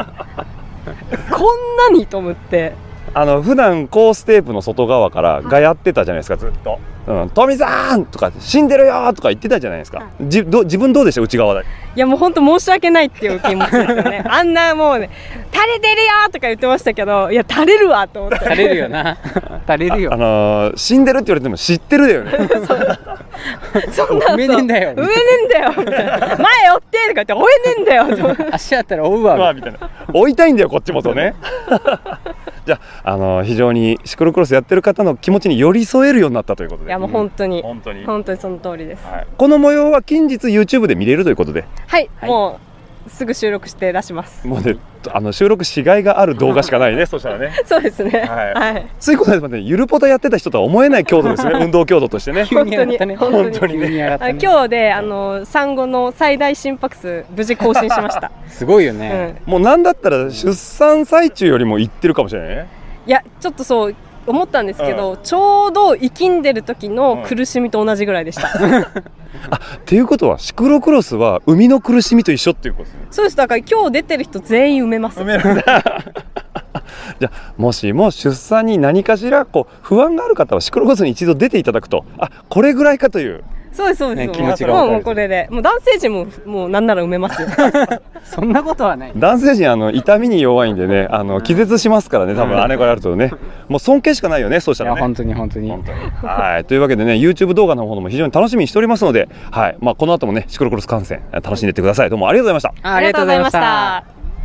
なにと思って。 あの普段コーステープの外側からがやってたじゃないですか、ずっと。うん、富さんとか死んでるよとか言ってたじゃないですか。じど自分どうでした内側で？ いやもう本当申し訳ないっていう気持ちですよね。あんなもうね垂れてるよとか言ってましたけど、いや垂れるわと思って。 垂れるよな。垂れるよ。 あ、あのー、死んでるって言われても知ってるだよね。 そんな上ねえんだよ。 上ねえんだよ。前追ってとか言って追えねえんだよ。 足あったら追うわ。 まあみたいな。追いたいんだよこっちもとね。じゃあ、あのー、非常にシクロクロスやってる方の気持ちに寄り添えるようになったということで。 いやもう本当に、 うん、本当に本当にその通りです。 はい、この模様は近日 YouTube で見れるということで。 はい、はい、もうすぐ収録して出します。 もうね、 あの収録しがいがある動画しかないねそしたらね。 そうですね。 はい。 はい。 ついこの間までゆるポタやってた人とは思えない強度ですね。運動強度としてね。 本当に本当にね。 あ今日であの産後の最大心拍数無事更新しました。 すごいよね。 もうなんだったら出産最中よりもいってるかもしれないね。 いやちょっとそう思ったんですけど、 うん、 ちょうど生きんでる時の苦しみと同じぐらいでした。 あっていうことはシクロクロスは生みの苦しみと一緒っていうことですね。 そうです。だから今日出てる人全員埋めます。 埋めるんだ。じゃあもしも出産に何かしらこう不安がある方はシクロクロスに一度出ていただくと、あこれぐらいかという。 そうですそうです、 ね、気持ちがもうもうこれでもう男性陣ももうなんなら埋めますよ。 そんなことはない。 男性陣あの痛みに弱いんでね、あの気絶しますからね、多分あれからやるとね、もう尊敬しかないよね、そうしたらね。 いや本当に本当に。 はい、というわけでね YouTube 動画の方も非常に楽しみにしておりますので、はい、まあこの後もねシクロクロス観戦楽しんでいってください。どうもありがとうございました。 ありがとうございました。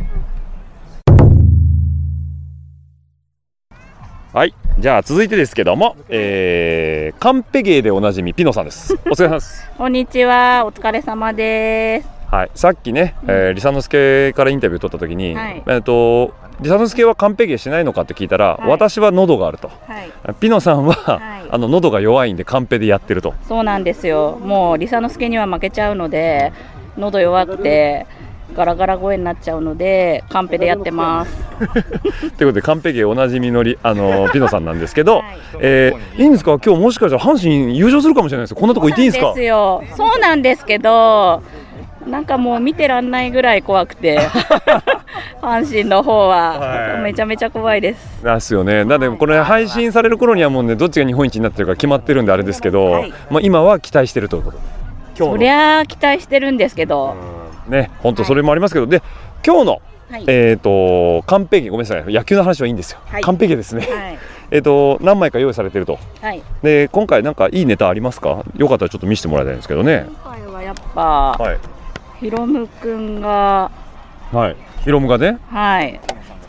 はい、じゃあ続いてですけども、えー、カンペ芸でおなじみピノさんです。お疲れ様です。 こんにちは、お疲れ様です。 はい、さっきね、えー、リサノスケからインタビュー取った時に、 はい、 えーとリサノスケはカンペ芸しないのかって聞いたら、はい、私は喉があると、はい、ピノさんは、はい、あの喉が弱いんでカンペでやってると。 そうなんですよ。もうリサノスケには負けちゃうので喉弱くてガラガラ声になっちゃうのでカンペでやってます。 ということでカンペ芸おなじみのりあのピノさんなんですけど、はい、えー、いいんですか、今日もしかしたら阪神優勝するかもしれないですよ。こんなとこ行っていいんですか。 そうなんですよ。そうなんですけど、なんかもう見てらんないぐらい怖くて阪神の方は、はい、めちゃめちゃ怖いです。 ですよね。なのでこれ配信される頃にはもうねどっちが日本一になってるか決まってるんであれですけど、はい、まあ今は期待してるということで。 今日そりゃ期待してるんですけど。 ね、本当それもありますけど、はい、で今日の、はい、えっ、ー、とカンペ芸、ごめんなさい、野球の話はいいんですよ。はい、カンペ芸ですね。はい、えっと何枚か用意されてると。はい、で今回なんかいいネタありますか？よかったらちょっと見せてもらいたいんですけどね。 今回はやっぱ、はい、ヒロムくんが、 はい、ヒロムがね、 はい。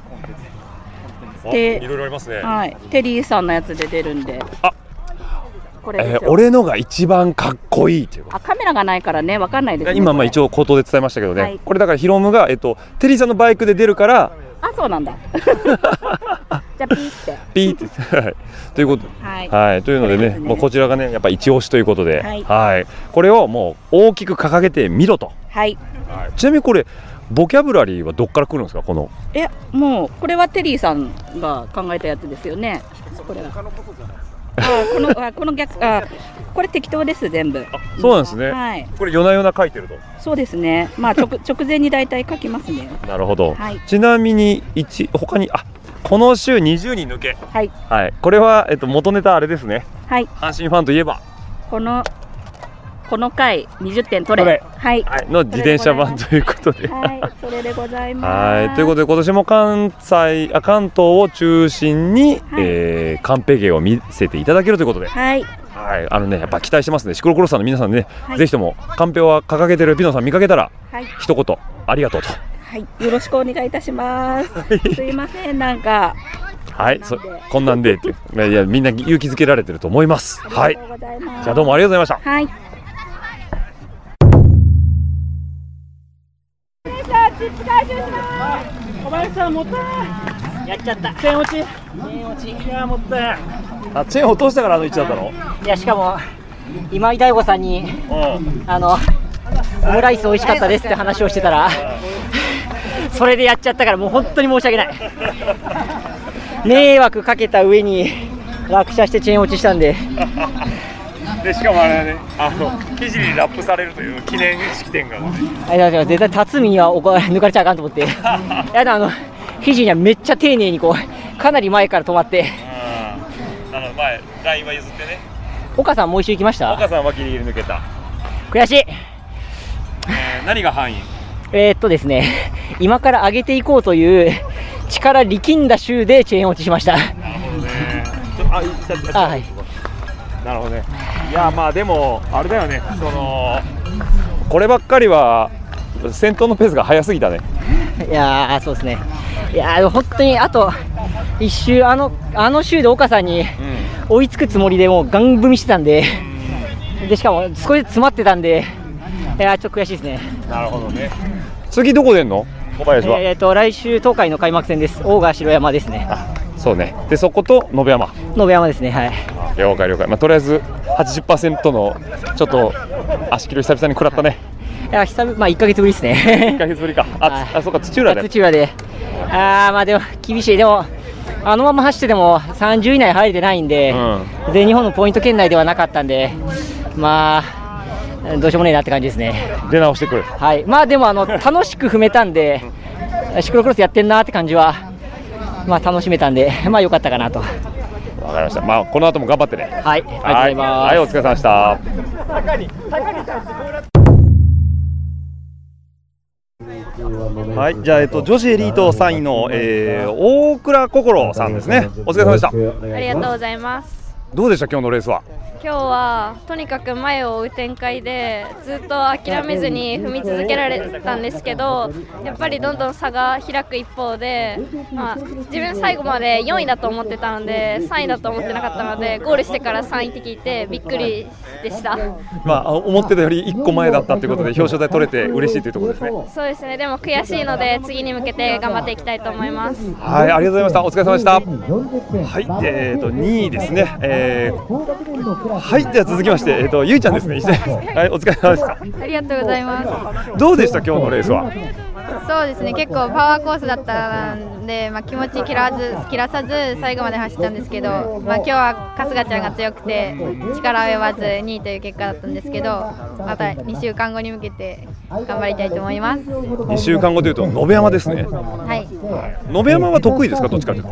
で、いろいろありますね。 はい、テリーさんのやつで出るんで。あ。 これえー、俺のが一番かっこいいっていう。 あ、カメラがないからね、わかんないですね。 今まあ一応口頭で伝えましたけどね、はい、これだからヒロムが、えっと、テリーさんのバイクで出るから。 あ、そうなんだ。じゃあピーってピーってということ、はい、はい、というのでね、もうこちらがねやっぱ一押しということで、はい、はい、これをもう大きく掲げてみろと。 はい、 はい、ちなみにこれボキャブラリーはどっから来るんですか、この。 え、もうこれはテリーさんが考えたやつですよね。これはあこのあこの逆あこれ適当です全部。 そうなんですね。 はい。 これ夜な夜な書いてると。 そうですね。まあ直直前に大体書きますね。 なるほど。はい、ちなみに一他にあこの週にじゅうにん抜け。 はい。 はい。これはえっと元ネタあれですね。 はい。 阪神ファンといえばこのこの回にじゅってん取れ。はい。 はい、の自転車版ということで。 はい。それでございます。 はい。ということで今年も関西あ関東を中心に、はい、えー、カンペ芸を見せていただけるということで。 はい。 はい、あのねやっぱ期待してますね。シクロクロスさんの皆さんね、はい、ぜひともカンペを掲げてるピノさん見かけたら、はい、一言ありがとうと。 はい。よろしくお願いいたします。すいませんなんか。 はい、そこんなんでっていういやみんな勇気づけられてると思います。はい。じゃあどうもありがとうございました。 はい。 小林さん持ったやっちゃったチェーン落ちチェーン落ちいや持ったあチェーン落としたからあの位置だったの。 いやしかも今井大吾さんにあのオムライス美味しかったですって話をしてたらそれでやっちゃったからもう本当に申し訳ない迷惑かけた上に落車してチェーン落ちしたんででしかもあれだね、あの記事にラップされるという記念式典が、ね、 あれだ絶対辰巳にはおこ抜かれちゃあかんと思ってやだあの記事にはめっちゃ丁寧にこうかなり前から止まってあの前ラインは譲ってね。 岡さんもう一周行きました。 岡さんはギリギリ抜けた。 悔しい、 えー、何が範囲えー、っとですね今から上げていこうという力力んだ週でチェーン落ちしました。なるほどね。 あ、いったいったあ、はい。なるほどね。いやまあでもあれだよね、そのこればっかりは先頭のペースが速すぎたね。 いやそうですね。いや本当にあと一周あのあの周で岡さんに追いつくつもりでもうガン踏みしてたんで、うん、でしかも少し詰まってたんで、いやちょっと悔しいですね。 なるほどね。次どこ出んの？ 小林は、 えー、と来週東海の開幕戦です。大川城山ですね。 そうね。でそこと延山。 延山ですね。はい。 了解了解。まあとりあえず はちじゅっパーセント のちょっと足切り久々に食らったね。 いや久々まあいっかげつぶりですね。 いっかげつぶりか。あ、あそうか土浦で。 土浦で。ああまあでも厳しい。でもあのまま走っててもさんじゅう以内入れてないんで、うん、全日本のポイント圏内ではなかったんで、まあどうしようもねえなって感じですね。 出直してくる。 はい。まあでもあの楽しく踏めたんで、シクロクロスやってんなって感じはまあ楽しめたんで、まあ良かったかなと。 わかりました。まあこの後も頑張ってね。 はい。ありがとうございます。 はい、はい、お疲れ様でした。はい、じゃあ、えっと、女子エリートさんいの、えー、大倉心さんですね。お疲れ様でした。 ありがとうございます。 どうでした今日のレースは。 今日はとにかく前を追う展開でずっと諦めずに踏み続けられたんですけど、やっぱりどんどん差が開く一方で、まあ、自分最後までよんいだと思ってたのでさんいだと思ってなかったので、ゴールしてからさんいって聞いてびっくりでした。 まあ、思ってたよりいっこまえだったということで表彰台取れて嬉しいというところですね。 そうですね。でも悔しいので次に向けて頑張っていきたいと思います。 はい、ありがとうございました。お疲れ様でした。はい、えーとにいですね。えー、はい、では続きまして、えーとゆいちゃんですね。はい、お疲れ様でした。 ありがとうございます。 どうでした今日のレースは。 そうですね、結構パワーコースだったんで、まあ、気持ち切らず切らさず最後まで走ったんですけど、まあ、今日は春日ちゃんが強くて力及ばずにいという結果だったんですけど、またにしゅうかんごに向けて頑張りたいと思います。 にしゅうかんごというと延山ですね。 はい。 延山は得意ですか、どっちかというと。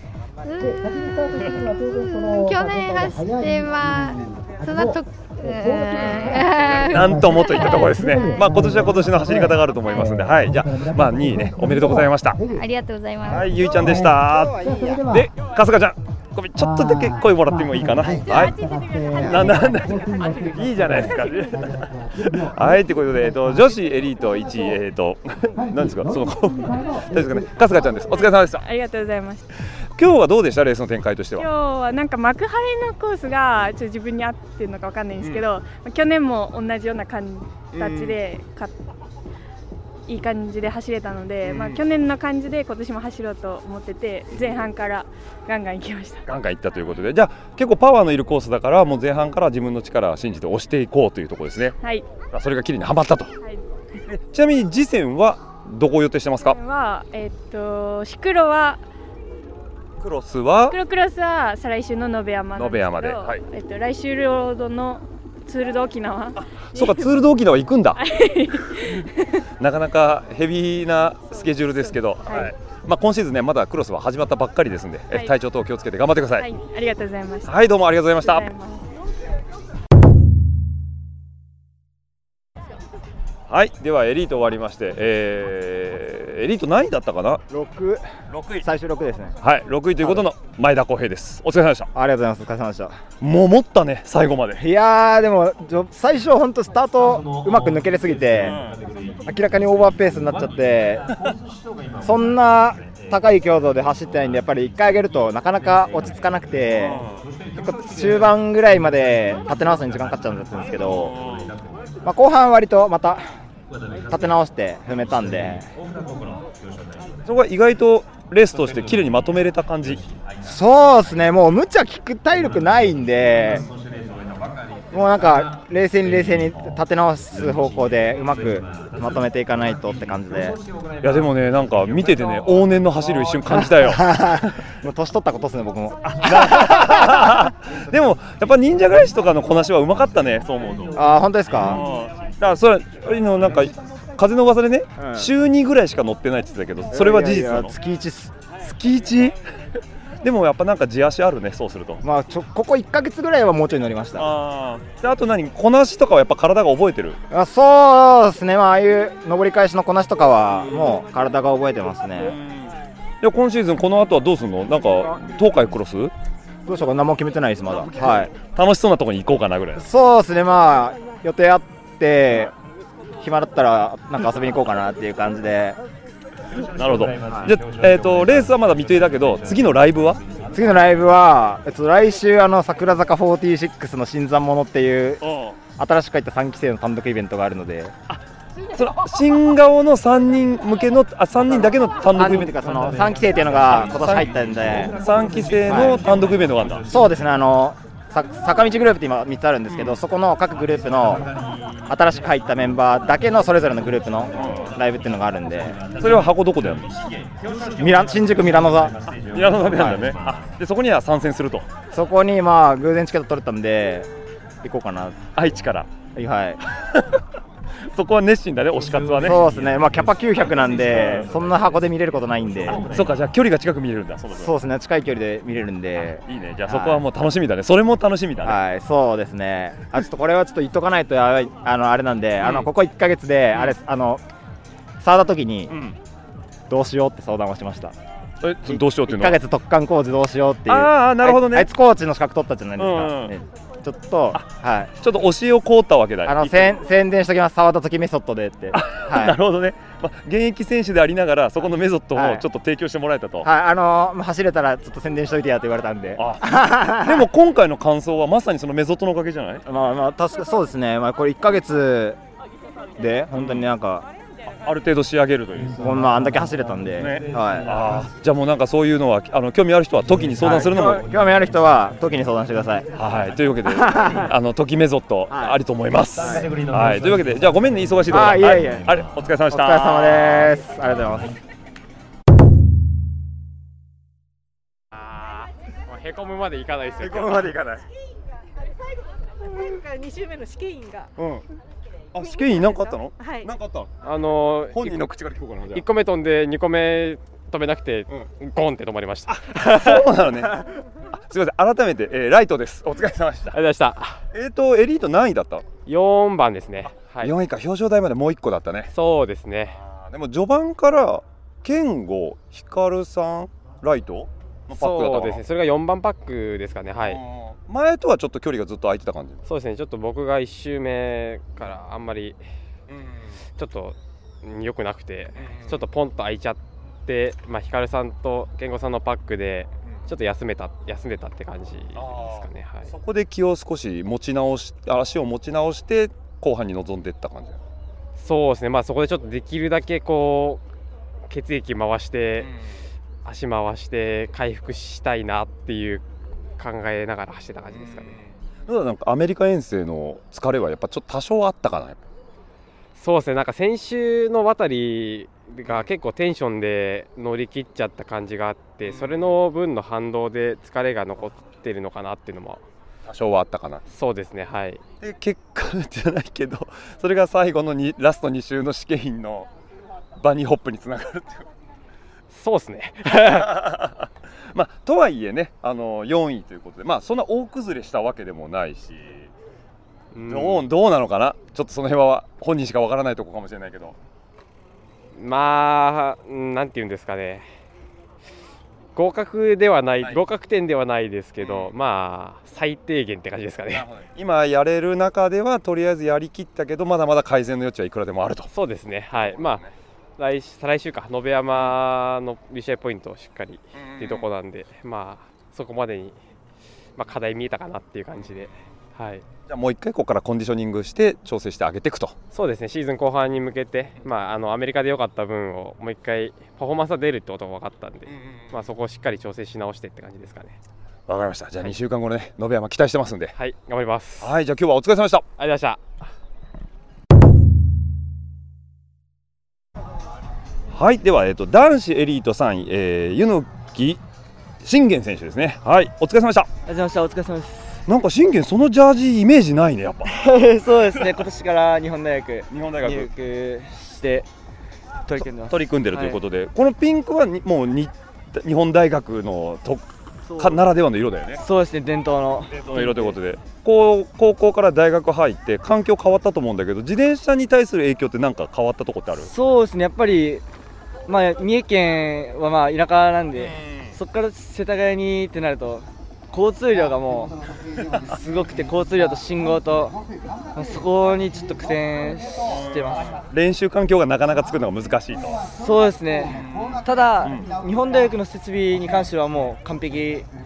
去年走ってはそんなとなんともといったところですね。まあ今年は今年の走り方があると思いますので、はい、じゃあまあにいね、おめでとうございました。 ありがとうございます。 はい、ゆいちゃんでした。で、春日ちゃん、ごめんちょっとだけ声もらってもいいかな。はい。なんだなんだいいじゃないですか。はい、ということで、えっと女子エリートいちい、えっと何ですかその大ですかね、春日ちゃんです。お疲れ様でした。 ありがとうございます。 今日はどうでしたレースの展開としては。 今日はなんか幕張のコースがちょっと自分に合ってるのかわかんないんですけど、うん、去年も同じような形で、うん、いい感じで走れたので、うん、まあ去年の感じで今年も走ろうと思ってて前半からガンガン行きました。 ガンガン行ったということで、じゃあ結構パワーのいるコースだからもう前半から自分の力を信じて押していこうというところですね。 はい。 それがきれいにはまったと。はい、ちなみに次戦はどこを予定してますか。 はえー、っとシクロはクロスはクロクロスは再来週の延山なんですけど、延山で、はい、えっと、来週ロードのツール・ド・沖縄。 そうか、ツール・ド・沖縄行くんだ。なかなかヘビーなスケジュールですけど、はいはい、まあ、今シーズンねまだクロスは始まったばっかりですんで、はい、体調等気をつけて頑張ってください。はい、 ありがとうございました。 はい、どうもありがとうございました。はい、ではエリート終わりまして、えー、エリート何位だったかな。 ろく、ろくい、最終ろくですね。 はい、ろくいということの前田康平です。お疲れ様でした。 ありがとうございます。お疲れ様でした。 もう持ったね、最後まで。 いやー、でも最初本当スタートうまく抜けれすぎて、うん、明らかにオーバーペースになっちゃってそんな高い強度で走ってないんで、やっぱりいっかい上げるとなかなか落ち着かなくて、結構中盤ぐらいまで立て直すのに時間かかっちゃうんですけど、まあ、後半割とまた立て直して踏めたんで、 そこが意外とレースとして綺麗にまとめれた感じ。 そうですね、もう無茶効く体力ないんで、もうなんか冷静に冷静に立て直す方向でうまくまとめていかないとって感じで。 いやでもね、なんか見ててね、往年の走る一瞬感じたよ。 もう年取ったことですね、僕も。 でもやっぱ忍者返しとかのこなしはうまかったね、そう思うと。 ああ、本当ですか。 だからそれのなんか風の噂でね、うん、週にぐらいしか乗ってないって言ってたけど、それは事実なの。 いやいや月いちっす。 月いち？でもやっぱなんか地足あるね、そうすると。 まあちょここいっかげつぐらいはもうちょい乗りました。 あであと何、こなしとかはやっぱ体が覚えてる。 あ、そうですね、まあ、ああいう上り返しのこなしとかはもう体が覚えてますね。 いや今シーズンこの後はどうするの。なんか東海クロスどうしようか、何も決めてないですまだ。はい、 楽しそうなところに行こうかなぐらい。 そうですね、まあ予定あって暇だったらなんか遊びに行こうかなっていう感じで。 なるほど。じゃあ、えーと、レースはまだ未定だけど、次のライブは次のライブは、えっと、来週あの桜坂フォーティーシックスの新参者っていう新しく入ったさんき生の単独イベントがあるので。 あ、 その新顔のさんにん向けのあさんにんだけの単独イベントかそのさんき生っていうのが今年入ったんでさんき生の単独イベントがあるんだ、はい、 そうですねあのさ坂道グループって今みっつあるんですけど、うん、そこの各グループの新しく入ったメンバーだけのそれぞれのグループのライブっていうのがあるんでそれは箱どこでやるの？ ミラ新宿ミラノ座ミラノ座でやるんだね、はい、あでそこには参戦するとそこにまあ偶然チケット取れたんで行こうかな愛知からはいそこは熱心だね推し活はねそうですねまあキャパきゅうひゃくなんでそんな箱で見れることないんでそうかじゃあ距離が近く見れるんだそうですね近い距離で見れるんでいいねじゃあそこはもう楽しみだねそれも楽しみだねはいそうですねあちょっとこれはちょっと言っとかないとやばいあのあれなんで、うん、あのここいっかげつで、うん、あれあの触った時に、うん、どうしようって相談をしましたえどうしようっていうのいっかげつ特貫コーチどうしようっていうああなるほどねあいつコーチの資格取ったじゃないですか、うんうんねちょっと、 はい、ちょっと教えを請ったわけだよあの宣伝しときます沢田時メソッドでって、 はい、なるほどね、まあ、現役選手でありながらそこのメソッドをちょっと提供してもらえたと、 はい、はい、あのー、走れたらちょっと宣伝しといてやって言われたんででも今回の感想はまさにそのメソッドのおかげじゃないまあまあ確かそうですね、まあ、これいっかげつで本当になんかある程度仕上げるというこんなあんだけ走れたんで、ねはい、 あじゃあもうなんかそういうのはあの興味ある人は時に相談するのも、はい、 興味ある人は時に相談してください、 はい、というわけであの時メソッドありと思います、はい、はい、というわけでじゃあごめんね忙しいところあいえいえ、 はい、お疲れ様でしたお疲れ様ですありがとうございますあへこむまでいかないですよへこむまでいかない今回に週目の試験員がうんあ試験員何かあったの？ はい。 何かあったの？ あのー、 本人の口から聞こうかな。じゃあいっこめ飛んでにこめ飛べなくて、うん、ゴンって止まりました。 そうなのね。あすみません改めて、えー、ライトです。お疲れ様でした。 ありがとうございました。 えっ、ー、とエリート何位だった？ よんばんですね。 はい。よんいか表彰台までもういっこだったね。 そうですね。 でも序盤から健吾、ヒカルさんライトのパックだったかな。 そうですね。それがよんばんパックですかね。はい。 前とはちょっと距離がずっと空いてた感じ。 そうですね。ちょっと僕がいち周目からあんまりちょっと良くなくて、ちょっとポンと空いちゃって、まあヒカルさんと健吾さんのパックでちょっと休めた休んでたって感じですかね。はい。 そこで気を少し持ち直し足を持ち直して後半に臨んでいった感じ。 そうですね。まあそこでちょっとできるだけこう血液回して、うん、足回して回復したいなっていう考えながら走ってた感じですかね。 うん、なんかアメリカ遠征の疲れはやっぱちょっと多少あったかな。 そうですね。なんか先週の渡りが結構テンションで乗り切っちゃった感じがあって、それの分の反動で疲れが残ってるのかなっていうのも多少はあったかな。 そうですね。はい。 で結果じゃないけど、それが最後のにラストに周の試験員のバニーホップにつながるっていう。 そうですね。 まあ、とはいえね、あのよんいということで、まあ、そんな大崩れしたわけでもないし、うん、どう、どうなのかな、ちょっとその辺は本人しかわからないところかもしれないけど、 まあ、なんていうんですかね、合格ではない、はい、合格点ではないですけど、うん、まあ、最低限って感じですかね。 今やれる中では、とりあえずやりきったけど、まだまだ改善の余地はいくらでもあると。 そうですね、はい、まあ来再来週か、延山のリシャイポイントをしっかりっていうところなんで、まあ、そこまでに、まあ、課題見えたかなっていう感じで、はい、 じゃあもう一回ここからコンディショニングして調整して上げていくと。 そうですね、シーズン後半に向けて、まあ、あのアメリカで良かった分をもう一回パフォーマンスが出るってことが分かったんで、まあ、そこをしっかり調整し直してって感じですかね。 わかりました。じゃあにしゅうかんごのね、延山期待してますんで、 はい、頑張ります。 はい、じゃあ今日はお疲れ様でした。 ありがとうございました。 はい、では、えー、と男子エリートさんい、えー、柚木信玄選手ですね。はい、お疲れ様でした。 ありがとうございました。お疲れ様です。 なんか信玄そのジャージイメージないね、やっぱ。 そうですね、今年から日本大学日本大学入学して取り組んでます。 取り組んでるということで、はい、このピンクはにもうに日本大学のとかならではの色だよね。 そうですね、伝統の伝統の色ということで、こう高校から大学入って環境変わったと思うんだけど、自転車に対する影響って何か変わったところってある？ そうですね、やっぱりまあ、三重県はまあ田舎なんで、そこから世田谷にってなると交通量がもうすごくて、交通量と信号と、まあ、そこにちょっと苦戦してます。 練習環境がなかなか作るのが難しいと。 そうですね、ただ、うん、日本大学の設備に関してはもう完璧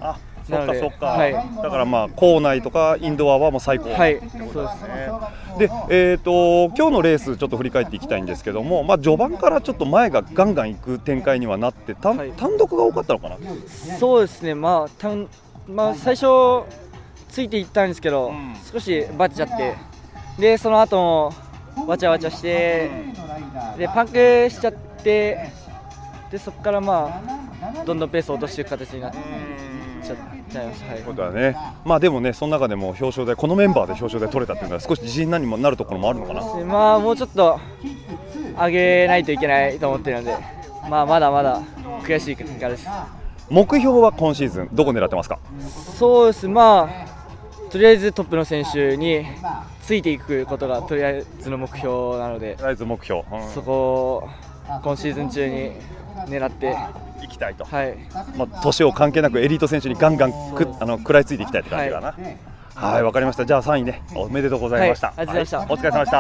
そっかそっか、 はい、 だからまあ校内とかインドアはもう最高、 はい、 そうですね。で、えーと今日のレースちょっと振り返っていきたいんですけども、まあ、序盤からちょっと前がガンガンいく展開にはなって単、はい、単独が多かったのかな。 そうですね、まあ単まあ、最初ついていったんですけど、うん、少しバテちゃって、でその後もわちゃわちゃして、でパンクしちゃって、でそこからまあどんどんペースを落としていく形になっちゃいました。はい、 そうだね。まあでもね、その中でも表彰台、このメンバーで表彰台取れたっていうのは少し自信にもなるところもあるのかな。 まあもうちょっと上げないといけないと思ってるので、まあまだまだ悔しい結果です。 目標は今シーズンどこ狙ってますか。 そうです、まあとりあえずトップの選手についていくことがとりあえずの目標なので、 とりあえず目標、うん、 そこを今シーズン中に狙っていきたいと、 はい、 まあ、年を関係なくエリート選手にガンガンくあの食らいついていきたいって感じかな。はい、はい、わかりました。じゃあさんいね、おめでとうございました。 はい、ありがとうございました。 はい、お疲れ様でした。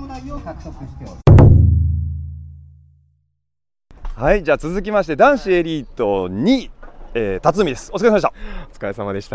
はい、じゃあ続きまして男子エリートにい、えー、辰巳です。お疲れ様でした。 お疲れ様でした。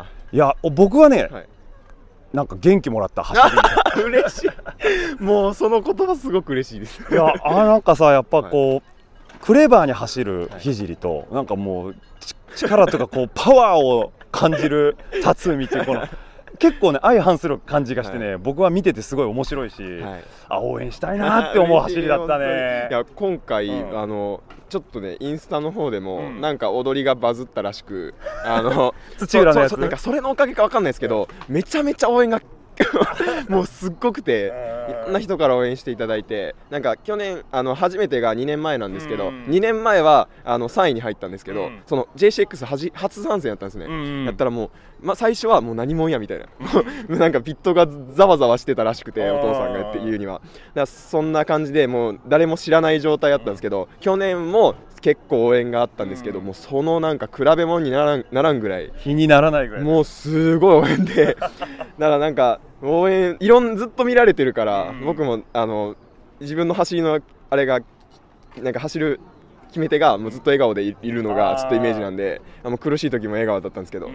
いや、僕はね、はい、なんか元気もらった走り嬉しい。もうその言葉すごく嬉しいです。 いや、あ、なんかさ、やっぱこう、はい、クレバーに走る聖と、はい、なんかもう力とかこうパワーを感じる辰巳っていうこの結構ね相反する感じがしてね、はい、僕は見ててすごい面白いし、はい、あ、応援したいなって思う走りだったね。 いや、今回、うん、あのちょっとねインスタの方でも、うん、なんか踊りがバズったらしく、あの土浦のやつ、 なんかそれのおかげかわかんないですけど、めちゃめちゃ応援がもうすっごくて、いろんな人から応援していただいて、なんか去年あの初めてがにねんまえなんですけど、にねんまえはあのさんいに入ったんですけど、その ジェイシーエックス はじ初参戦やったんですね。やったらもう、まあ、最初はもう何もんやみたいななんかピットがざわざわしてたらしくて、お父さんが言って言うには、だからそんな感じでもう誰も知らない状態だったんですけど、去年も結構応援があったんですけど、もうそのなんか比べ物にならん、ならんぐらい、 日にならないぐらい、 もうすごい応援でだからなんか応援いろんずっと見られてるから、うん、僕もあの自分の走りのあれがなんか走る決め手がもうずっと笑顔でいるのがちょっとイメージなんで、あの苦しい時も笑顔だったんですけど、うん、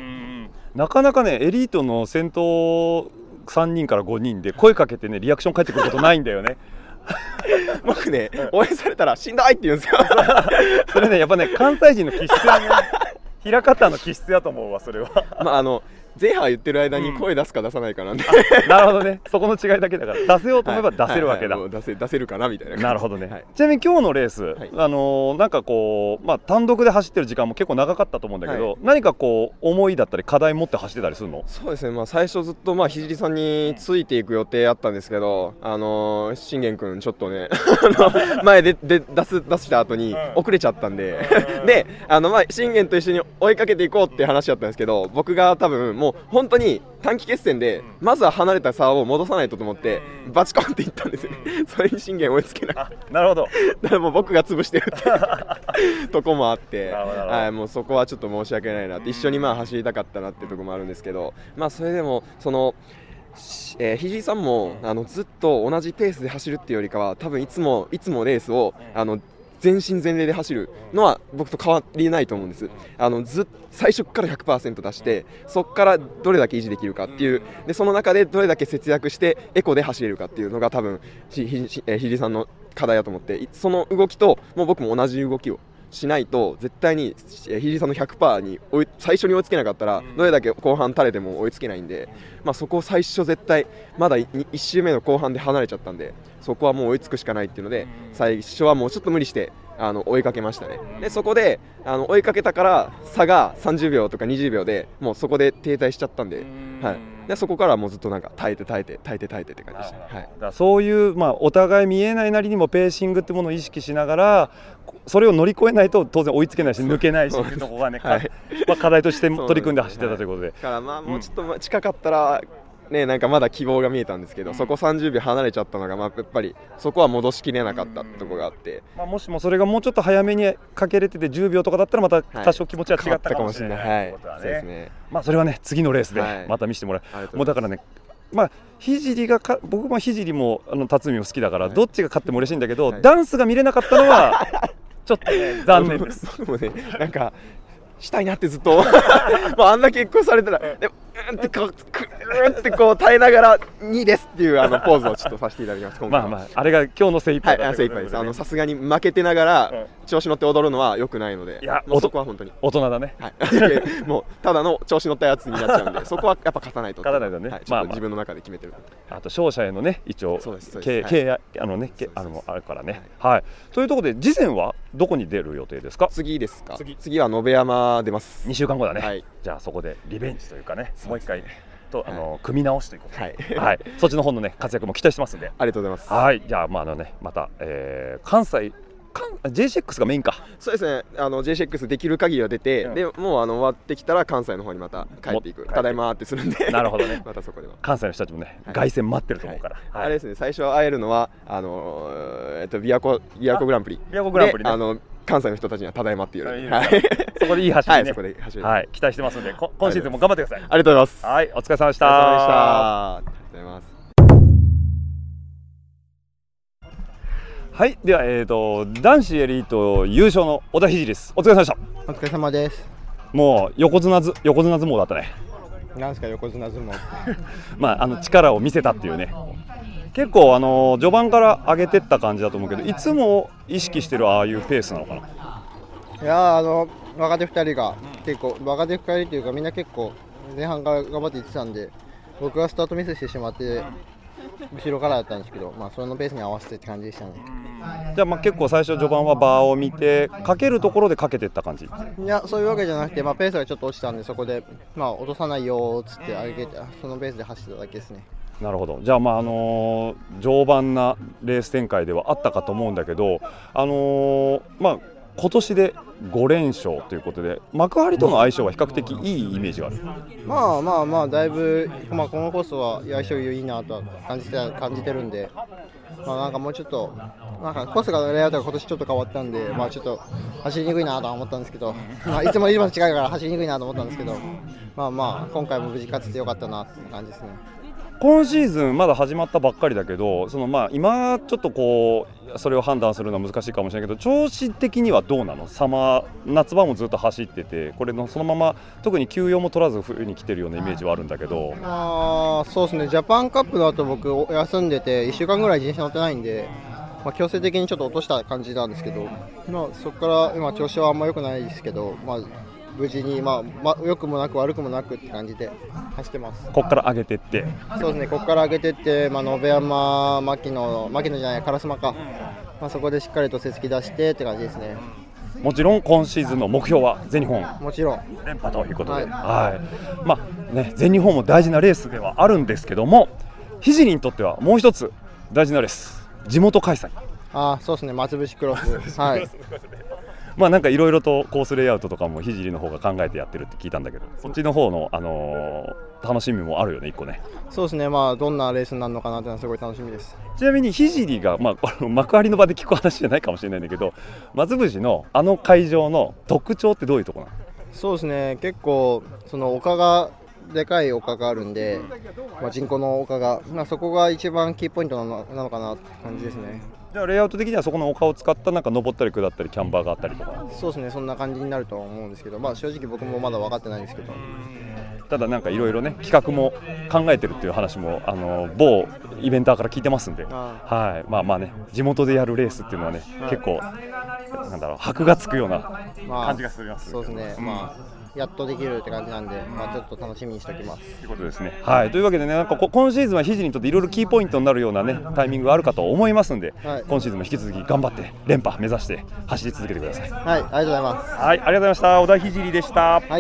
なかなかねエリートの先頭さんにんからごにんで声かけてねリアクション返ってくることないんだよね僕ね、応援されたらしんどいって言うんですよそれね、やっぱね関西人の気質やね平方の気質やと思うわ、それはまああの前半言ってる間に声出すか出さないかなんで、 うん、なるほどね、そこの違いだけだから出せようと思えば出せるわけだ、 はいはいはい、出せ、出せるかなみたいな。 なるほどね、はい、ちなみに今日のレース、はい、あのー、なんかこう、まあ、単独で走ってる時間も結構長かったと思うんだけど、はい、何かこう思いだったり課題持って走ってたりするの？ そうですね、まあ、最初ずっとまあ聖さんについていく予定あったんですけど、あのー、信玄君ちょっとね前でで出す出した後に遅れちゃったんでで、あのまあ信玄と一緒に追いかけていこうって話だったんですけど、僕が多分もう本当に短期決戦でまずは離れた差を戻さないとと思ってバチコンっていったんですよね。それに信玄追いつけなくて、 なるほど、 だからもう僕が潰してるってとこもあって、はい、もうそこはちょっと申し訳ないなって、一緒にまあ走りたかったなってとこもあるんですけど、まあそれでもそのえー、ひじいさんもあのずっと同じペースで走るっていうよりかは、多分いつもいつもレースをあの全身全霊で走るのは僕と変わりないと思うんです。あのず最初から ひゃくパーセント 出して、そこからどれだけ維持できるかっていう、でその中でどれだけ節約してエコで走れるかっていうのが多分ひじいさんの課題だと思って、その動きともう僕も同じ動きをしないと絶対にひじいさんの ひゃくパーセント に追い最初に追いつけなかったらどれだけ後半垂れても追いつけないんで、まあ、そこを最初絶対まだいち周目の後半で離れちゃったんで、そこはもう追いつくしかないっていうので、最初はもうちょっと無理してあの追いかけましたね。でそこであの追いかけたから差がさんじゅうびょうとかにじゅうびょうでもうそこで停滞しちゃったんで、はい、でそこからはもうずっとなんか耐えて耐えて耐えて耐えてって感じでした、ね、はい、だからそういう、まあ、お互い見えないなりにもペーシングってものを意識しながらそれを乗り越えないと当然追いつけないし抜けないしっていうところがね、はい、まあ、課題として取り組んで走ってたということで、 だからまあもうちょっと近かったら、ね、なんかまだ希望が見えたんですけど、うん、そこさんじゅうびょう離れちゃったのが、まあ、やっぱりそこは戻しきれなかったところがあって、 まあ、もしもそれがもうちょっと早めにかけれててじゅうびょうとかだったらまた多少気持ちは違ったかもしれない、はい、そうですね、まあ、それはね次のレースでまた見せてもらう、はい、もうだからね、まあ、聖がか僕も聖もあの辰巳も好きだから、はい、どっちが勝っても嬉しいんだけど、はい、ダンスが見れなかったのはちょっと、ね、残念です僕もね、なんかしたいなってずっとまああんだけ結婚されたらでもうんってこうくうんってこう耐えながらにですっていうあのポーズをちょっとさせていただきます。 まあまああれが今日の精一杯だはい、精一杯です。あのさすがに負けてながら調子乗って踊るのは良くないので、 いやもうそこは本当に大人だね。 はい。もうただの調子乗ったやつになっちゃうんで、そこはやっぱ勝たないと。 勝たないとね。 はい、ちょっと自分の中で決めてる。 あと勝者へのね一応経経あのねあのあるからね。はい。というところで次戦はどこに出る予定ですか？ 次ですか？次次は延山出ます。 にしゅうかんごだね。 はい。 じゃあそこでリベンジというかね、もう一回。とあの組み直しということで、はいはい、そっちの方のね活躍も期待してますんで、 ありがとうございます。 はい、じゃあまああのねまた、えー、関西関 ジェイシックス がメインか。 そうですね。あの ジェイシックス できる限りは出て、うん、でもうあの終わってきたら関西の方にまた帰っていく。ただいまってするんで。 なるほどね。 またそこでは。 関西の人たちもね、はい、凱旋待ってると思うから。 はいはい、あれですね。最初会えるのはあのー、えっとビアコビアコグランプリ。 ビアコグランプリね。 あの関西の人たちにはただいまっていう。 はい。そこでいい走りね。 はい、そこでいい走り。 はい、期待してますので、今シーズンも頑張ってください。 ありがとうございます。 はい、お疲れ様でした。 お疲れ様でした。ありがとうございます。 はい、では、えーと、男子エリート優勝の小田聖です。お疲れ様でした。 お疲れ様です。 もう横綱ず横綱相撲だったね。 なんですか横綱相撲。 まああの力を見せたっていうね。結構あの序盤から上げてった感じだと思うけど、いつも意識してるああいうペースなのかな。 いやあの若手ふたりが結構若手ふたりというかみんな結構前半から頑張っていってたんで、僕がスタートミスしてしまって後ろからだったんですけど、まあそのペースに合わせてって感じでしたね。 じゃあまあ結構最初序盤はバーを見てかけるところでかけていった感じ。 いやそういうわけじゃなくて、まあペースがちょっと落ちたんでそこでまあ落とさないよーっつって上げてそのペースで走ってただけですね。 なるほど。じゃあまああのー、序盤なレース展開ではあったかと思うんだけど、あのー、まあ今年でごれんしょうということで幕張との相性は比較的いいイメージがある。 まあまあまあだいぶ、まあ、このコースは相性いいなとは感じて感じてるんで、まあなんかもうちょっとなんかコースがレイアウトが今年ちょっと変わったんで、まあちょっと走りにくいなとは思ったんですけど、まあいつもいつも近いから走りにくいなと思ったんですけど、まあまあ今回も無事勝ててよかったなっていう感じですね。 今シーズンまだ始まったばっかりだけど、そのまあ今ちょっとこうそれを判断するのは難しいかもしれないけど、調子的にはどうなの？サマー夏場もずっと走ってて、これのそのまま特に休養も取らず冬に来てるようなイメージはあるんだけど。 あそうですね。ジャパンカップの後僕休んでていっしゅうかんぐらい自転車乗ってないんで、まあ、強制的にちょっと落とした感じなんですけど、まあ、そこから今調子はあんま良くないですけど、まあ無事に、まあまあ、良くもなく悪くもなくって感じで走ってます。 ここから上げてって。 そうですね。ここから上げてって、まあ、延山、牧野、牧野じゃない、烏丸か、まあ、そこでしっかりと成績出してって感じですね。 もちろん今シーズンの目標は全日本もちろん連覇ということで、はいはい、まあね、全日本も大事なレースではあるんですけども、聖にとってはもう一つ大事なレース、地元開催。 あそうですね。松伏クロス。はいまあなんかいろいろとコースレイアウトとかも聖の方が考えてやってるって聞いたんだけど、そっちの方の、あのー、楽しみもあるよね、一個ね。 そうですね。まあどんなレースになるのかなっていうのはすごい楽しみです。 ちなみに聖が、まあ、幕張の場で聞く話じゃないかもしれないんだけど、松伏のあの会場の特徴ってどういうところなの？ そうですね。結構その丘がでかい丘があるんで、まあ、人工の丘が、まあ、そこが一番キーポイントなの、なのかなって感じですね。 じゃあレイアウト的にはそこの丘を使ったなんか登ったり下ったりキャンバーがあったりとか。 そうですね。そんな感じになると思うんですけど、まあ正直僕もまだ分かってないんですけど、 ただなんかいろいろね企画も考えてるっていう話もあの某イベンターから聞いてますんで、はい、まあまあね地元でやるレースっていうのはね、はい、結構なんだろう箔がつくような感じがする、まあ、 そうですね。うん、まあやっとできるって感じなんで、まあ、ちょっと楽しみにしておきます。 ということですね。はい、というわけでね、なんか今シーズンは聖にとっていろいろキーポイントになるようなねタイミングがあるかと思いますんで、はい、今シーズンも引き続き頑張って連覇目指して走り続けてください。 はい、ありがとうございます。 はい、ありがとうございました。小田聖でした。 はい。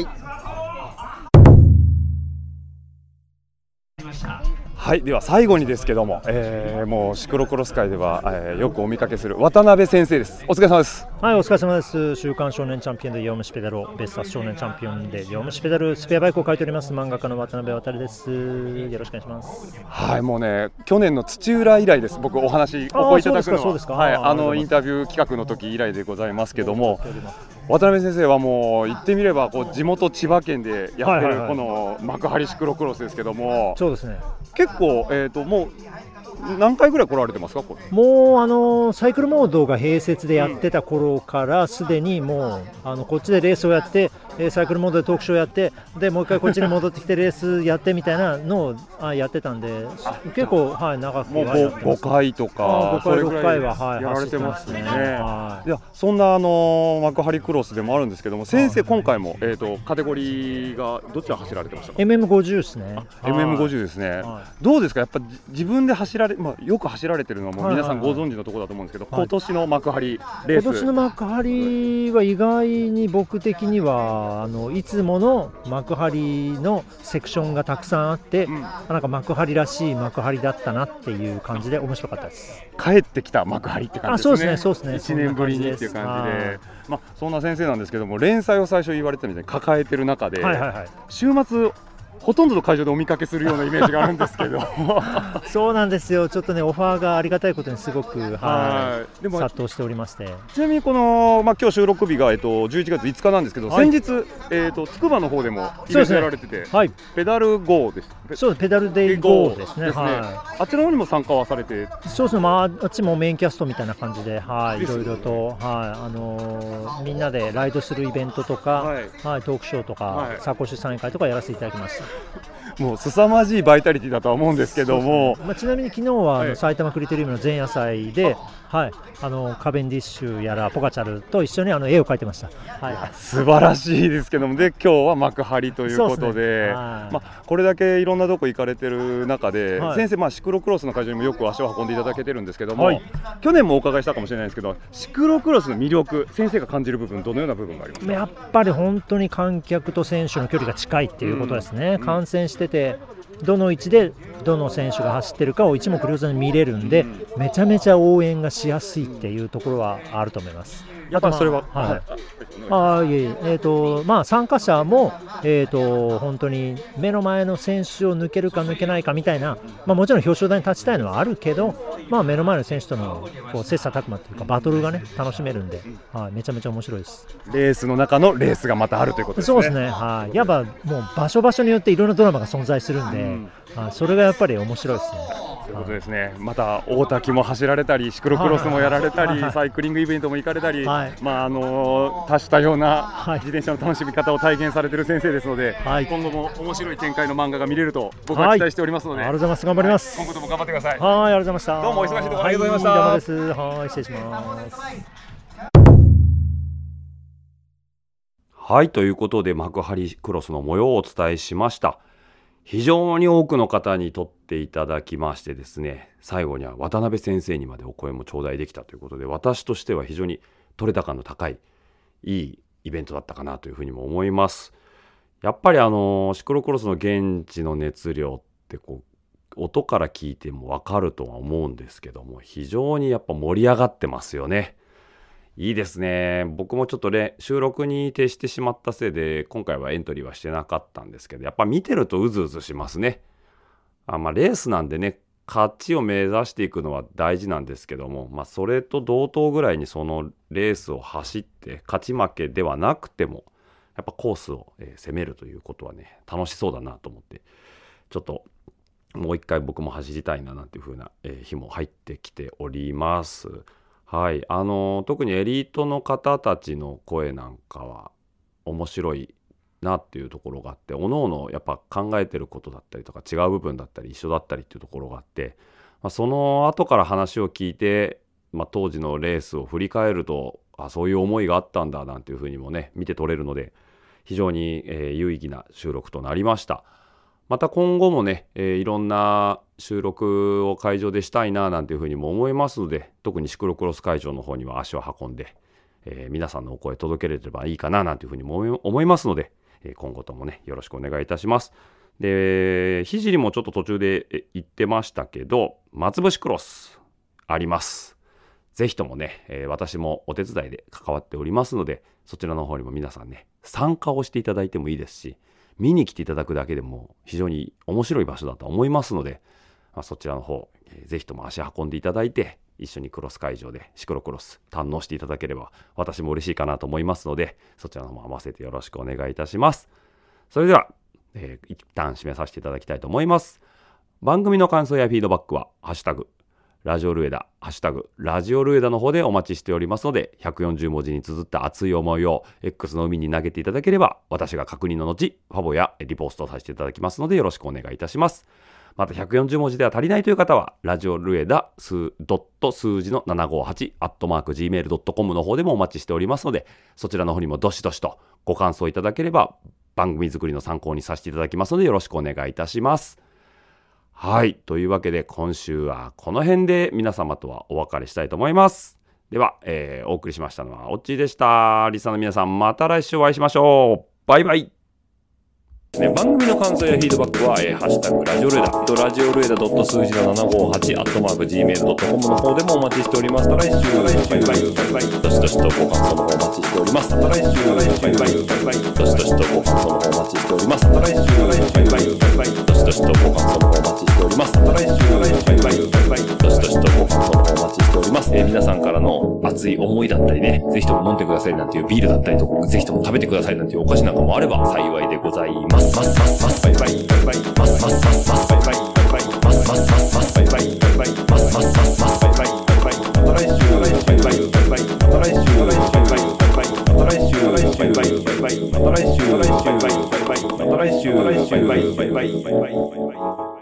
はい、では最後にですけども、えー、もうシクロクロス界では、えー、よくお見かけする渡辺先生です。お疲れ様です。 はい、お疲れ様です。週刊少年チャンピオンでヨームシペダルを、ベスタス少年チャンピオンでヨームシペダルスペアバイクを書いております漫画家の渡辺渡です。よろしくお願いします。 はい、もうね去年の土浦以来です。僕お話お声いただくのは、はい、あのインタビュー企画の時以来でございますけども、渡辺先生はもう言ってみればこう地元千葉県でやってるこの幕張シクロクロスですけども、 そうですね。 結構えっともう何回ぐらい来られてますか？これもうあのサイクルモードが併設でやってた頃からすでにもうあのこっちでレースをやってえーサイクルモードでトークショーやってでもう一回こっちに戻ってきてレースやってみたいなのをあやってたんで結構、はい、長くもうはやってます。 ごかいとかあーごかいそれぐらろっかいははいやられてますね。 走ってますねはいやそんなあの幕張クロスでもあるんですけども、先生今回もえっとカテゴリーがどっちが走られてましたか？ エムエムごじゅう ですね。 エムエムごじゅう ですね。どうですか、やっぱじ自分で走られ、まあ、よく走られてるのはもう皆さんご存知のところだと思うんですけど、 はい今年の幕張レース、 今年の幕張は意外に僕的にはあのいつもの幕張のセクションがたくさんあって、なんか幕張らしい幕張だったなっていう感じで面白かったです。 帰ってきた幕張って感じですね。 あそうですねそうですねいちねんぶりにっていう感じで、 はいまあ、そんな先生なんですけども、連載を最初言われてたみたいに抱えてる中で、 はいはいはい週末ほとんどの会場でお見かけするようなイメージがあるんですけどそうなんですよ、ちょっとねオファーがありがたいことにすごく、はいはいでも殺到しておりまして、 ちなみにこの、まあ、今日収録日が、えっと、じゅういちがついつかなんですけど、 はい先日、えっと、つくばの方でもイベントやられてて、 はい、 ペダル ゴー です。 そうですペダルデイ ゴー ですね。 ですねはあちらの方にも参加はされて、 そうですね、まあ、あっちもメインキャストみたいな感じで、はい、いですねろいろと、はいあのーみんなでライドするイベントとか、はいトークショーとか、 はいサコッシュサイン会とかやらせていただきました。 もう凄まじいバイタリティだとは思うんですけども、 まあ、ちなみに昨日はあの、 はい埼玉クリテリウムの前夜祭で、はい、あのカベンディッシュやらポカチャルと一緒にあの絵を描いてました。はい、 素晴らしいですけども、で今日は幕張ということで、 そうですねはいまあ、これだけいろんなとこ行かれてる中で、 はい先生、まあ、シクロクロスの会場にもよく足を運んでいただけてるんですけども、 はい去年もお伺いしたかもしれないですけど、シクロクロスの魅力、先生が感じる部分、どのような部分がありますか？ やっぱり本当に観客と選手の距離が近いっていうことですね、観戦しててどの位置でどの選手が走ってるかを一目瞭然に見れるんで、めちゃめちゃ応援がしやすいっていうところはあると思います。 やっぱりそれは、 あとまあはいはいあいえいええーとまあ、参加者も、えー、と本当に目の前の選手を抜けるか抜けないかみたいな、まあ、もちろん表彰台に立ちたいのはあるけど、まあ、目の前の選手とのこう切磋琢磨というかバトルが、ね、楽しめるんで、はい、めちゃめちゃ面白いです。 レースの中のレースがまたあるということですね。 そうですね、はい、やっぱもう場所場所によっていろんなドラマが存在するんで、はい、それがやっぱり面白いですね。 ということですね、また大滝も走られたり、シクロクロスもやられたり、 はいはいサイクリングイベントも行かれたり、 はいまああの多種多様な自転車の楽しみ方を体現されている先生ですので、 はい今後も面白い展開の漫画が見れると僕は期待しておりますので、 はいありがとうございます、頑張ります。 今後とも頑張ってください。 はい、ありがとうございました。 どうもお忙しいところありがとうございました。 はい、どうもです。はい、失礼します。 はい、ということで幕張クロスの模様をお伝えしました。非常に多くの方に撮っていただきましてですね、最後には渡辺先生にまでお声も頂戴できたということで、私としては非常に取れ高の高いいいイベントだったかなというふうにも思います。やっぱりあのシクロクロスの現地の熱量ってこう音から聞いても分かるとは思うんですけども、非常にやっぱ盛り上がってますよね。いいですね。僕もちょっとね収録に徹してしまったせいで今回はエントリーはしてなかったんですけど、やっぱ見てるとうずうずしますね。あまあレースなんでね、勝ちを目指していくのは大事なんですけども、まあ、それと同等ぐらいにそのレースを走って勝ち負けではなくてもやっぱコースを、えー、攻めるということはね楽しそうだなと思って、ちょっともう一回僕も走りたいななんていう風な、えー、日も入ってきております。はい、あのー、特にエリートの方たちの声なんかは面白いなっていうところがあって、おのおのやっぱ考えてることだったりとか違う部分だったり一緒だったりっていうところがあって、まあ、その後から話を聞いて、まあ、当時のレースを振り返ると、あそういう思いがあったんだなんていうふうにもね見て取れるので、非常に、えー、有意義な収録となりました。また今後もね、えー、いろんな収録を会場でしたいななんていうふうにも思いますので、特にシクロクロス会場の方には足を運んで、えー、皆さんのお声届けれればいいかななんていうふうにも思いますので、今後ともねよろしくお願いいたします。で、聖もちょっと途中で言ってましたけど、松伏クロスあります。ぜひともね、えー、私もお手伝いで関わっておりますので、そちらの方にも皆さんね参加をしていただいてもいいですし、見に来ていただくだけでも非常に面白い場所だと思いますので、まあ、そちらの方、えー、ぜひとも足運んでいただいて、一緒にクロス会場でシクロクロス堪能していただければ私も嬉しいかなと思いますので、そちらの方も合わせてよろしくお願いいたします。それでは、えー、一旦締めさせていただきたいと思います。番組の感想やフィードバックはハッシュタグラジオルエダ、ハッシュタグ、ラジオルエダの方でお待ちしておりますので、ひゃくよんじゅうもじに綴った熱い思いを X の海に投げていただければ、私が確認の後、ファボやリポストさせていただきますので、よろしくお願いいたします。またひゃくよんじゅうもじでは足りないという方は、ラジオルエダ数ドット数字のななごはちアットマーク ジーメールドットコム の方でもお待ちしておりますので、そちらの方にもどしどしとご感想いただければ、番組作りの参考にさせていただきますので、よろしくお願いいたします。はい。というわけで、今週はこの辺で皆様とはお別れしたいと思います。では、えー、お送りしましたのはオッチーでした。リスナーの皆さん、また来週お会いしましょう。バイバイ。ね、番組の感想やフィードバックは、えー、ハッシュタグラジオルエダ、ラジオルエダ数字のななごはちアットマーク ジーメールドットコム の方でもお待ちしております。来週、バイバイ、バイバイ、どしどしとご感想の方お待ちしております。来週、バイバイ、バイバイ、どしどしとご感想の方お待ちしております。来週、バイバイ、バイバイ、どしどしとご感想の方お待ちしております。来週、バイバイ、バイバイ、どしどしとご感想の方お待ちしております。えー、皆さんからの熱い思いだったりね、ぜひとも飲んでくださいなんていうビールだったりとか、ぜひとも食べてくださいなんていうお菓子なんかもあれば幸いでございます。ますますますバイバイバイバイますますますますバイバイバイバイますますますますバイバイバイバイますますますますバイバイバイバイまた来週バイバイバイバイまた来週バイバイバイバイまた来週バイバイバイバイまた来週バイバイバイバイまた来週バイバイバイバイバイバイバイ